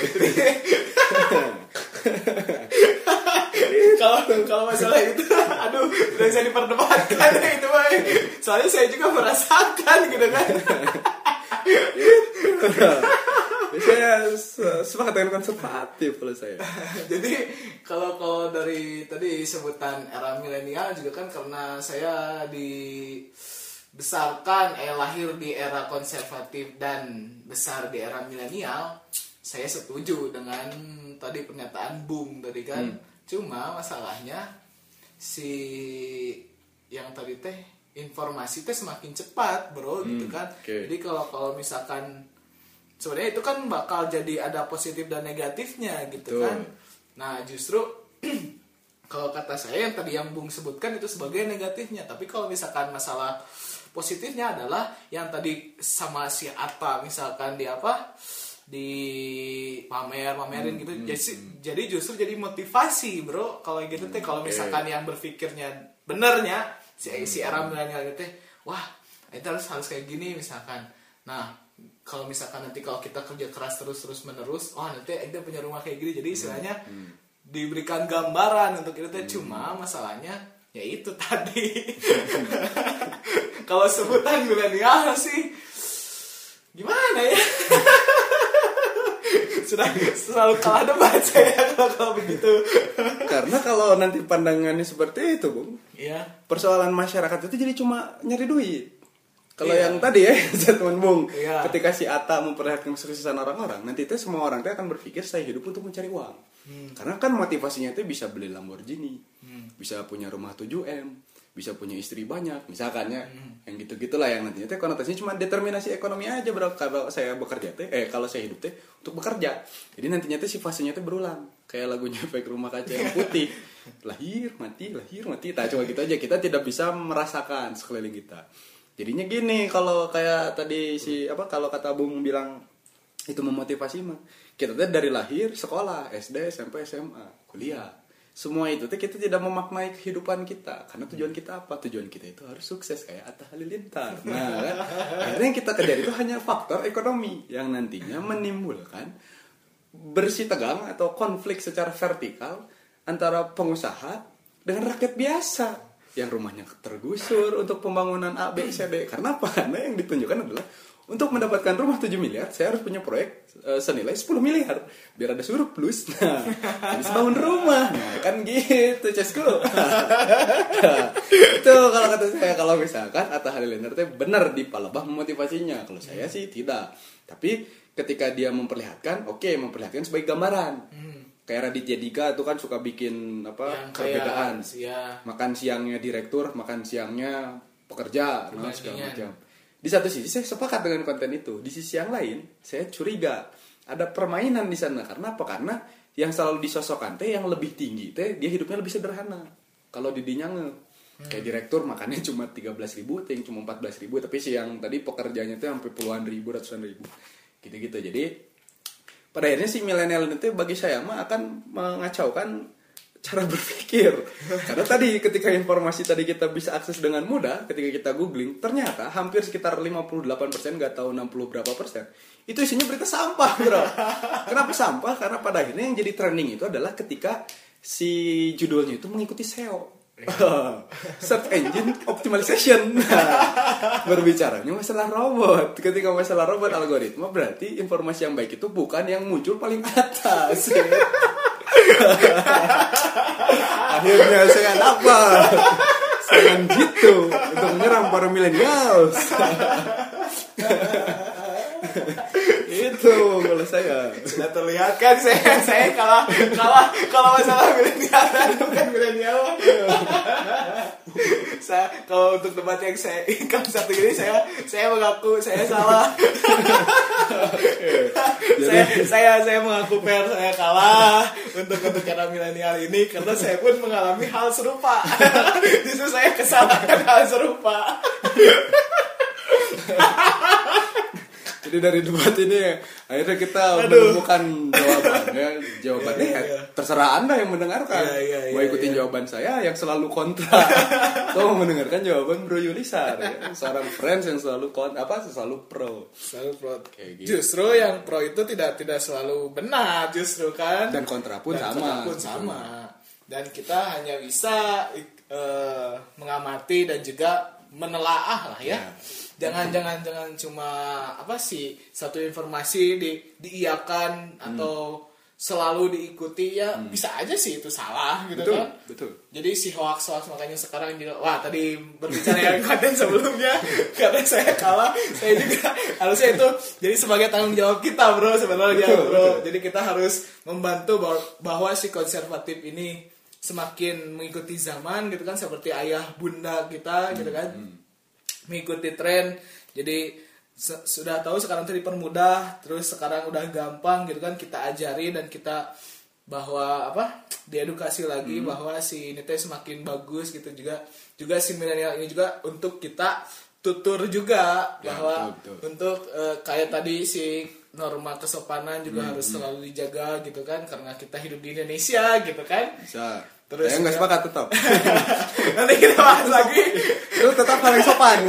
[SPEAKER 1] kalau masalah itu aduh udah bisa diperdebatkan itu mah. Soalnya saya juga merasakan gitu kan.
[SPEAKER 2] Saya saya sepakat dengan konservatif kalau saya.
[SPEAKER 1] Jadi kalau dari tadi sebutan era milenial juga kan karena saya dibesarkan lahir di era konservatif dan besar di era milenial, saya setuju dengan tadi pernyataan Bung tadi kan. Cuma masalahnya si yang tadi teh informasi teh semakin cepat bro gitu kan. Jadi kalau misalkan sebenarnya itu kan bakal jadi ada positif dan negatifnya gitu kan. Nah justru kalau kata saya yang tadi yang Bung sebutkan itu sebagai negatifnya. Tapi kalau misalkan masalah positifnya adalah yang tadi sama si Atta misalkan di pamerin gitu. Jadi justru jadi motivasi bro kalau gitu teh. Kalau misalkan yang berpikirnya benernya si era milenial gitu, wah itu harus kayak gini misalkan. Nah kalau misalkan nanti kalau kita kerja keras terus menerus, nanti kita punya rumah kayak gini. Jadi istilahnya diberikan gambaran untuk itu teh. Cuma masalahnya ya itu tadi. Kalau sebutan milenial sih gimana ya? Sudah selalu kalah debat saya kalau begitu.
[SPEAKER 2] Karena kalau nanti pandangannya seperti itu, Bung, persoalan masyarakat itu jadi cuma nyari duit. Kalau yang tadi ya, teman Bung, ketika si Atta memperlihatkan kesuksesan orang-orang, nanti itu semua orang itu akan berpikir saya hidup untuk mencari uang. Karena kan motivasinya itu bisa beli Lamborghini, bisa punya rumah 7M, bisa punya istri banyak, misalkan ya, yang gitu-gitulah yang nantinya teh konotasinya cuma determinasi ekonomi aja bro. Kalau saya bekerja teh, kalau saya hidup teh untuk bekerja. Jadi nantinya teh si fasenya teh berulang, kayak lagunya Efek Rumah Kaca yang Putih, lahir mati. Nah cuma gitu aja, kita tidak bisa merasakan sekeliling kita. Jadinya gini, kalau kayak tadi kalau kata Bung bilang itu memotivasi mah, kita teh dari lahir sekolah SD, SMP, SMA, kuliah. Semua itu kita tidak memaknai kehidupan kita. Karena tujuan kita apa? Tujuan kita itu harus sukses kayak Atta Halilintar. Nah kan, akhirnya yang kita kejar itu hanya faktor ekonomi yang nantinya menimbulkan bersih tegang atau konflik secara vertikal antara pengusaha dengan rakyat biasa yang rumahnya tergusur untuk pembangunan A, B, C, D. Karena apa? Karena yang ditunjukkan adalah untuk mendapatkan rumah 7 miliar, saya harus punya proyek senilai 10 miliar. Biar ada surplus. Nah, habis bangun rumah. Nah, kan gitu, Cesku. Nah, itu kalau kata saya, kalau misalkan Atta Halilintar itu benar di Palembang memotivasinya. Kalau saya sih tidak. Tapi ketika dia memperlihatkan sebagai gambaran. Kayak Raditya Dika itu kan suka bikin perbedaan. Makan siangnya direktur, makan siangnya pekerja, segala macam. Di satu sisi saya sepakat dengan konten itu, di sisi yang lain saya curiga ada permainan di sana. Karena apa? Karena yang selalu disosokkan yang lebih tinggi dia hidupnya lebih sederhana. Kalau didinya kayak direktur makannya cuma 13.000, yang cuma 14.000, tapi si yang tadi pekerjanya sampai puluhan ribu, ratusan ribu, gitu-gitu. Jadi pada akhirnya si milenial itu bagi saya akan mengacaukan cara berpikir. Karena tadi ketika informasi tadi kita bisa akses dengan mudah, ketika kita googling, ternyata hampir sekitar 58%, nggak tahu 60 berapa persen, itu isinya berita sampah, bro. Kenapa sampah? Karena pada akhirnya yang jadi trending itu adalah ketika si judulnya itu mengikuti SEO. Search Engine Optimization. Berbicaranya masalah robot. Ketika masalah robot algoritma, berarti informasi yang baik itu bukan yang muncul paling atas. Akhirnya saya apa? Saya gitu untuk menyerang para milenials. Itu kalau saya
[SPEAKER 1] sudah terlihat kan saya kalau masalah milenial dan bukan milenial. Saya kalau untuk debat yang saya ingin satu ini saya mengaku saya salah. saya mengaku saya kalah untuk era milenial ini karena saya pun mengalami hal serupa. Justru saya kesalahan hal serupa.
[SPEAKER 2] Jadi dari debat ini akhirnya kita menemukan jawabannya terserah Anda yang mendengarkan. Mau ikutin jawaban saya yang selalu kontra atau mendengarkan jawaban Bro Yulisar seorang friends yang selalu selalu pro.
[SPEAKER 1] Gitu. Justru yang pro itu tidak selalu benar justru kan.
[SPEAKER 2] Dan kontra pun
[SPEAKER 1] sama. Dan kita hanya bisa mengamati dan juga menelaah lah ya. Jangan cuma satu informasi diiyakan atau selalu diikuti ya, bisa aja sih itu salah gitu.
[SPEAKER 2] Betul,
[SPEAKER 1] kan.
[SPEAKER 2] Betul.
[SPEAKER 1] Jadi si hoax makanya sekarang juga, tadi berbicara yang konten sebelumnya karena saya kalah, saya juga harusnya itu jadi sebagai tanggung jawab kita bro sebenarnya bro. Betul. Jadi kita harus membantu bahwa si konservatif ini semakin mengikuti zaman gitu kan, seperti ayah bunda kita gitu kan, mengikuti tren. Jadi sudah tahu sekarang itu dipermudah, terus sekarang udah gampang gitu kan, kita ajari dan kita bahwa diedukasi lagi bahwa si ini teh semakin bagus gitu, juga si milenial ini juga untuk kita tutur juga bahwa betul. Untuk kayak tadi si norma kesopanan juga harus selalu dijaga gitu kan, karena kita hidup di Indonesia gitu kan.
[SPEAKER 2] Bisa.
[SPEAKER 1] Terus
[SPEAKER 2] saya nggak sepakat tetap.
[SPEAKER 1] Nanti kita bahas lagi.
[SPEAKER 2] Itu tetap paling sopan.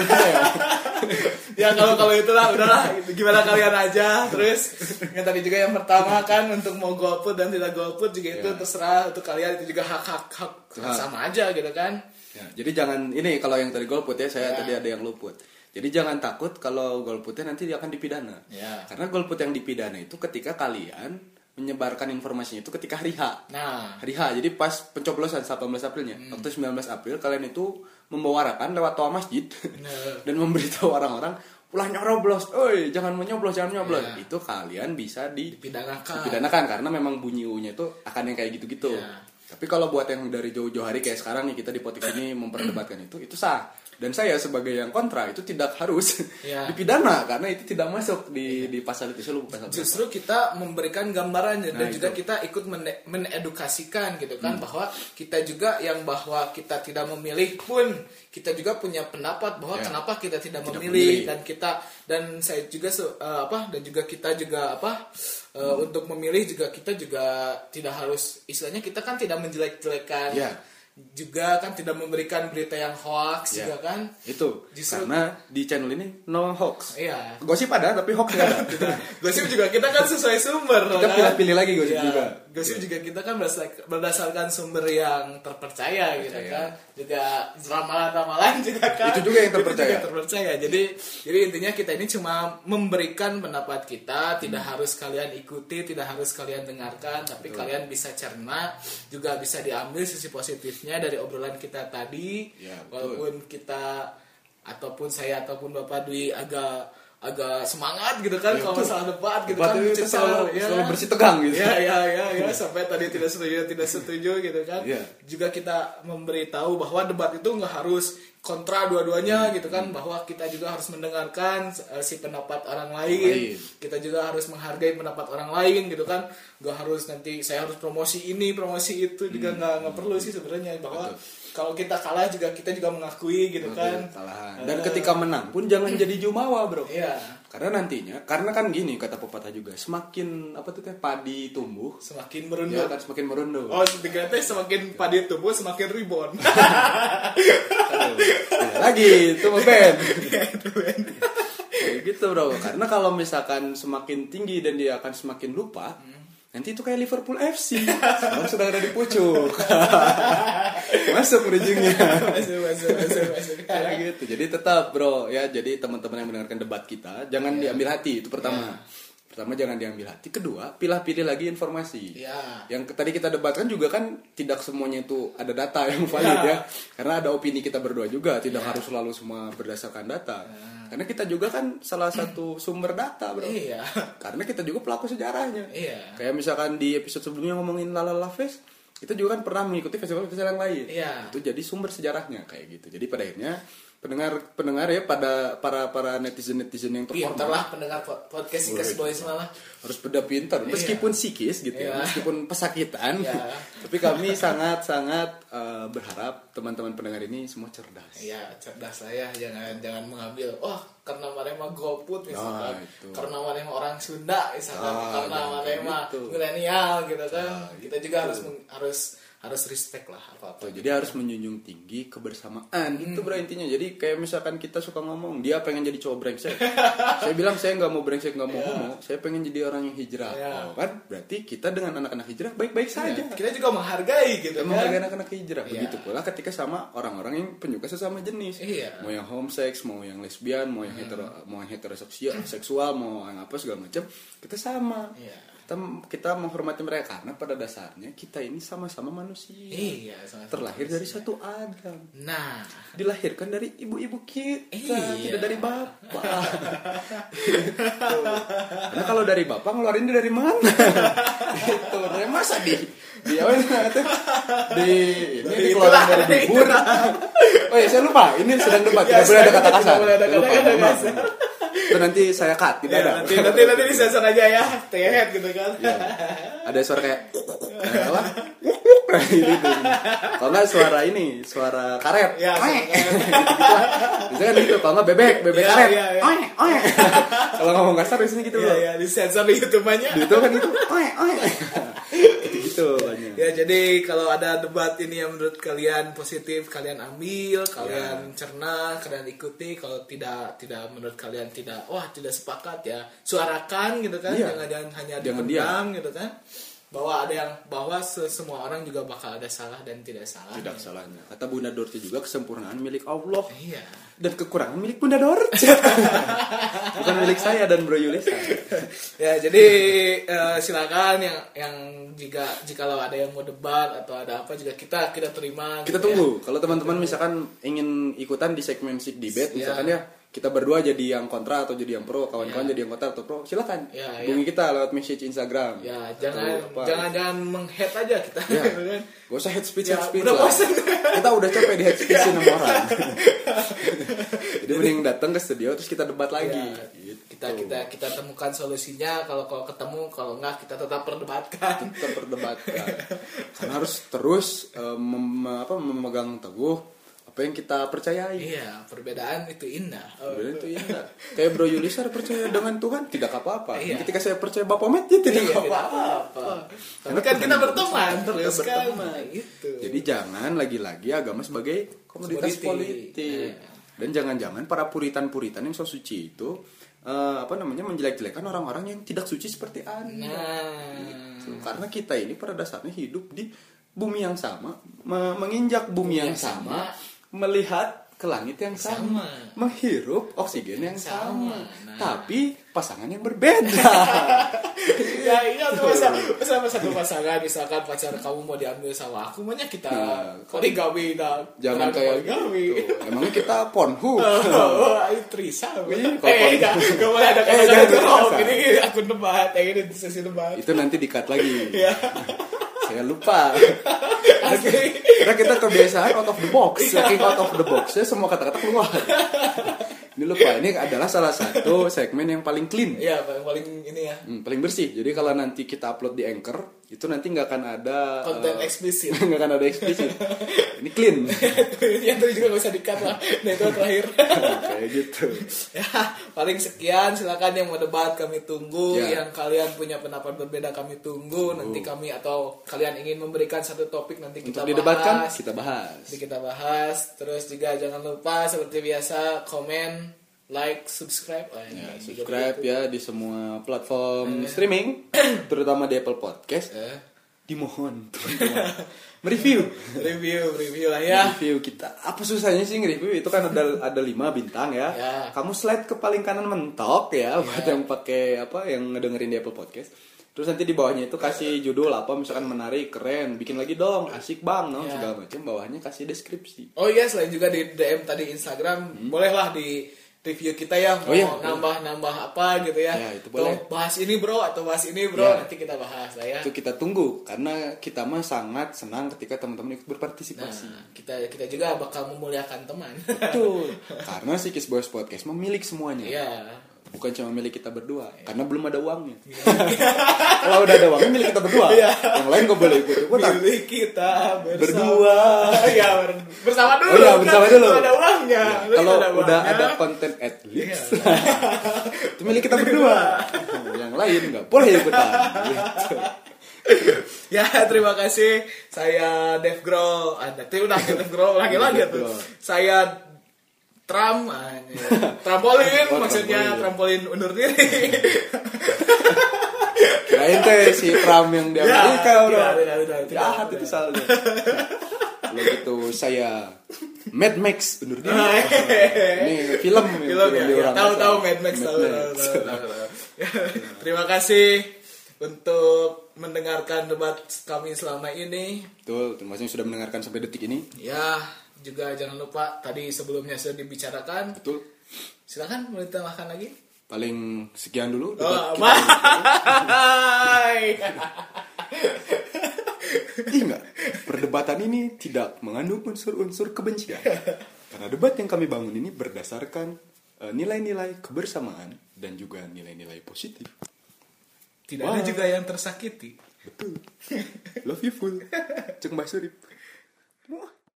[SPEAKER 1] Ya kalau itulah udahlah, gimana kalian aja. Terus yang tadi juga yang pertama kan untuk mau golput dan tidak golput juga itu terserah untuk kalian, itu juga hak sama aja gitu kan.
[SPEAKER 2] Ya, jadi jangan ini kalau yang tadi golput ya, saya tadi ada yang luput. Jadi jangan takut kalau golputnya nanti dia akan dipidana. Ya. Karena golput yang dipidana itu ketika kalian menyebarkan informasinya itu ketika hari H. Hari H. Jadi pas pencoblosan 18 Aprilnya. Waktu 19 April kalian itu membawarakan lewat toa masjid dan memberitahu orang-orang ulah nyoblos. Oi, jangan menyoblos, jangan nyoblos. Itu kalian bisa dipidanakan karena memang bunyi U-nya itu akan yang kayak gitu-gitu. Tapi kalau buat yang dari jauh-jauh hari kayak sekarang nih, kita di podcast ini memperdebatkan itu sah. Dan saya sebagai yang kontra itu tidak harus dipidana karena itu tidak masuk di pasal itu.
[SPEAKER 1] Justru kita memberikan gambarannya dan juga kita ikut menedukasikan gitu kan, bahwa kita juga bahwa kita tidak memilih pun kita juga punya pendapat bahwa kenapa kita tidak memilih. Dan saya juga dan juga kita juga untuk memilih juga kita juga tidak harus, istilahnya kita kan tidak menjelek-jelekan. Juga kan tidak memberikan berita yang hoax juga kan. Itu justru
[SPEAKER 2] karena di channel ini no hoax.
[SPEAKER 1] Gosip
[SPEAKER 2] ada tapi hoax enggak ada.
[SPEAKER 1] Gosip juga kita kan sesuai sumber.
[SPEAKER 2] Kita pilih-pilih lagi gosip juga.
[SPEAKER 1] Gosip juga kita kan berdasarkan sumber yang terpercaya gitu kan. Juga ramalan-ramalan juga kan.
[SPEAKER 2] Itu juga yang terpercaya.
[SPEAKER 1] Jadi intinya kita ini cuma memberikan pendapat kita, tidak harus kalian ikuti, tidak harus kalian dengarkan, tapi kalian bisa cerna, juga bisa diambil sisi positifnya dari obrolan kita tadi. Walaupun kita ataupun saya ataupun Bapak Dwi agak semangat gitu kan kalau masalah debat gitu kan,
[SPEAKER 2] itu selalu bersih tegang gitu.
[SPEAKER 1] Sampai tadi tidak setuju gitu kan. Juga kita memberitahu bahwa debat itu nggak harus kontra dua-duanya gitu kan, bahwa kita juga harus mendengarkan si pendapat orang lain. Kita juga harus menghargai pendapat orang lain gitu kan. Nggak harus nanti saya harus promosi ini promosi itu, juga nggak perlu sih sebenarnya, bahwa kalau kita kalah juga kita juga mengakui gitu kan.
[SPEAKER 2] Dan ketika menang pun jangan jadi jumawa bro. Karena nantinya, karena kan gini kata pepatah juga, semakin padi tumbuh
[SPEAKER 1] semakin merunduk.
[SPEAKER 2] Kan semakin merunduk.
[SPEAKER 1] Oh, dikata semakin padi tumbuh semakin ribon.
[SPEAKER 2] Lagi itu band. Kayak gitu bro. Karena kalau misalkan semakin tinggi dan dia akan semakin lupa, nanti itu kayak Liverpool FC. Sekarang sudah ada di pucuk. Masuk ujungnya. Masuk. Kayak gitu. Jadi tetap bro ya. Jadi teman-teman yang mendengarkan debat kita jangan diambil hati, itu pertama. Pertama jangan diambil hati. Kedua, pilih lagi informasi. Yang tadi kita debatkan juga kan tidak semuanya itu ada data yang valid ya. Karena ada opini kita berdua juga, tidak harus selalu semua berdasarkan data. Karena kita juga kan salah satu sumber data bro. Karena kita juga pelaku sejarahnya. Kayak misalkan di episode sebelumnya ngomongin Lala Fest, kita juga kan pernah mengikuti festival-festival yang lain. Itu jadi sumber sejarahnya kayak gitu. Jadi pada akhirnya pendengar ya, pada para netizen yang terhormat.
[SPEAKER 1] Pintar lah pendengar podcast Sikis Boys malah.
[SPEAKER 2] Harus pada pintar, meskipun sikis gitu ya, meskipun pesakitan. Tapi kami sangat berharap teman-teman pendengar ini semua cerdas.
[SPEAKER 1] Cerdas lah ya, jangan mengambil karena mereka golput misalkan, karena mereka orang Sunda misalkan, karena mereka milenial gitu kan. Kita juga harus respect lah apa-apa.
[SPEAKER 2] Jadi harus menjunjung tinggi kebersamaan. Itu bro intinya. Jadi kayak misalkan kita suka ngomong dia pengen jadi cowok brengsek. Saya bilang saya nggak mau brengsek, nggak mau homo. Saya pengen jadi orang yang hijrah. Oh, kan berarti kita dengan anak-anak hijrah baik-baik saja.
[SPEAKER 1] Kita juga menghargai gitu.
[SPEAKER 2] Menghargai anak-anak hijrah. Begitu pula ketika sama orang-orang yang penyuka sesama jenis. Mau yang homosex, mau yang lesbian, mau yang heteroseksual, mau yang apa segala macam. Kita sama. Kita menghormati mereka karena pada dasarnya kita ini sama-sama manusia.
[SPEAKER 1] Sama-sama
[SPEAKER 2] terlahir
[SPEAKER 1] manusia.
[SPEAKER 2] dari satu Adam.
[SPEAKER 1] Nah,
[SPEAKER 2] dilahirkan dari ibu-ibu kita, tidak dari bapak. Karena kalau dari bapak ngeluarinnya dari mana? Itu masa di dikeluarin dari bubur. Oh ya saya lupa, ini sedang debat, tidak boleh ada kata kasar. Itu nanti saya cut, tidak ada.
[SPEAKER 1] Nanti disensor aja ya, tehead gitu kan.
[SPEAKER 2] Ada suara kayak apa? Gitu. Kalau nggak suara karet. Bisa kan gitu. Kalau nggak bebek karet. Kalau ngomong kasar di sini gitu loh.
[SPEAKER 1] Iya, disensor di YouTube-nya.
[SPEAKER 2] Di YouTube kan gitu. Gitu banyak.
[SPEAKER 1] Ya jadi kalau ada debat ini yang menurut kalian positif, kalian ambil, kalian cerna, kalian ikuti. Kalau tidak menurut kalian tidak sepakat ya suarakan gitu kan. Jangan hanya dipendam gitu kan. Bahwa semua orang juga bakal ada salah dan tidak salah.
[SPEAKER 2] Tidak salahnya. Kata Bunda Dorce juga kesempurnaan milik Allah.
[SPEAKER 1] Iya.
[SPEAKER 2] Dan kekurangan milik Bunda Dorce. Bukan milik saya dan Bro Yulisa.
[SPEAKER 1] Ya jadi silakan yang jikalau ada yang mau debat atau ada apa juga kita terima.
[SPEAKER 2] Kita tunggu. Kalau teman-teman misalkan ingin ikutan di segmen Sick Debate misalkan ya. Kita berdua jadi yang kontra atau jadi yang pro, kawan-kawan jadi yang kontra atau pro, silakan hubungi kita lewat message Instagram.
[SPEAKER 1] Jangan meng-hate aja kita.
[SPEAKER 2] Gak usah hate speech lah. Kita udah capek di hate speech sama orang. Jadi mending datang ke studio terus kita debat lagi. Gitu.
[SPEAKER 1] Kita temukan solusinya. Kalau ketemu, kalau enggak kita tetap perdebatkan.
[SPEAKER 2] Karena harus terus memegang teguh apa yang kita percayai.
[SPEAKER 1] Iya, perbedaan itu indah.
[SPEAKER 2] Kayak Bro Yulisa percaya dengan Tuhan tidak apa-apa. Ketika saya percaya Bapak Met ya tidak apa-apa.
[SPEAKER 1] Tapi kan kita berteman terus kan. Gitu.
[SPEAKER 2] Jadi jangan lagi-lagi agama sebagai komoditas politik. Dan jangan-jangan para puritan-puritan yang so suci itu menjelek-jelekan orang-orang yang tidak suci seperti Anda. Karena kita ini pada dasarnya hidup di bumi yang sama, menginjak bumi yang sama, melihat ke langit yang sama, menghirup oksigen yang sama, tapi pasangan yang berbeda.
[SPEAKER 1] Ya iya tuh sama satu pasangan, misalkan pacar kamu mau diambil sama aku, maunya kita poligami dah.
[SPEAKER 2] Jangan kayak gitu. Emangnya kita Pornhub.
[SPEAKER 1] Trisam. Gak boleh ada kata-kata. Ini akun debat, ini sesi debat.
[SPEAKER 2] Itu nanti di-cut lagi. Saya lupa. Karena kita kebiasaan out of the box. Saking out of the box, semua kata-kata keluar. Ini lupa, ini adalah salah satu segmen yang paling clean.
[SPEAKER 1] Iya, paling ini ya.
[SPEAKER 2] Paling bersih. Jadi kalau nanti kita upload di Anchor, itu nanti nggak akan ada
[SPEAKER 1] konten eksplisit.
[SPEAKER 2] Nggak akan ada eksplisit. Ini clean.
[SPEAKER 1] Yang tadi juga nggak usah di-cut lah. Nah itu terakhir.
[SPEAKER 2] Kayak gitu.
[SPEAKER 1] Ya, paling sekian. Silakan yang mau debat kami tunggu. Yang kalian punya pendapat berbeda kami tunggu. Nanti kami atau kalian ingin memberikan satu topik nanti kita
[SPEAKER 2] untuk didebatkan, kita bahas.
[SPEAKER 1] Nanti kita bahas. Terus juga jangan lupa seperti biasa komen, like, subscribe.
[SPEAKER 2] Subscribe ya di semua platform streaming, terutama di Apple Podcast. Dimohon teman-teman review
[SPEAKER 1] lah ya.
[SPEAKER 2] Review kita. Apa susahnya sih nge-review? Itu kan ada 5 bintang ya. Kamu slide ke paling kanan mentok ya buat yang pakai yang ngedengerin di Apple Podcast. Terus nanti di bawahnya itu kasih judul apa, misalkan menarik, keren, bikin lagi dong, asik bang, segala macam. Bawahnya kasih deskripsi.
[SPEAKER 1] Oh iya, selain juga di DM tadi Instagram, bolehlah di review kita ya, mau nambah apa gitu ya.
[SPEAKER 2] Itu boleh.
[SPEAKER 1] Bahas ini bro atau bahas ini bro, nanti kita bahas lah ya.
[SPEAKER 2] Itu kita tunggu karena kita mah sangat senang ketika teman-teman ikut berpartisipasi.
[SPEAKER 1] Kita juga bakal memuliakan teman.
[SPEAKER 2] Betul. Karena Sikis Boys Podcast memiliki semuanya.
[SPEAKER 1] Iya.
[SPEAKER 2] Bukan cuma milik kita berdua, karena belum ada uangnya. Kalau udah ada uangnya milik kita berdua. Yang lain gak boleh ikut-ikutan.
[SPEAKER 1] Milik kita
[SPEAKER 2] berdua.
[SPEAKER 1] Ya, bersama dulu.
[SPEAKER 2] Bersama dulu.
[SPEAKER 1] Ada uangnya.
[SPEAKER 2] Kalau udah ada konten at least, itu milik kita berdua. Yang lain gak boleh ikutan. Gitu.
[SPEAKER 1] Ya, terima kasih. Saya Dev Grohl. Itu udah Dev Grohl lagi tuh. Saya trampolin maksudnya trampolin undur diri.
[SPEAKER 2] Kirain teh si Trump yang di Amerika udah.
[SPEAKER 1] Jahat
[SPEAKER 2] itu salahnya. Lalu gitu saya Mad Max undur diri. Ini film
[SPEAKER 1] ya. Tahu Mad Max tahu. Terima kasih untuk mendengarkan debat kami selama ini.
[SPEAKER 2] Betul, terima kasih sudah mendengarkan sampai detik ini.
[SPEAKER 1] Ya, juga jangan lupa tadi sebelumnya sudah dibicarakan.
[SPEAKER 2] Betul.
[SPEAKER 1] Silakan mau ditambahkan lagi.
[SPEAKER 2] Paling sekian dulu. Ingat, perdebatan ini tidak mengandung unsur-unsur kebencian. Karena debat yang kami bangun ini berdasarkan nilai-nilai kebersamaan dan juga nilai-nilai positif.
[SPEAKER 1] Tidak ada juga yang tersakiti.
[SPEAKER 2] Betul. Love you full. Cek Mbak Surip.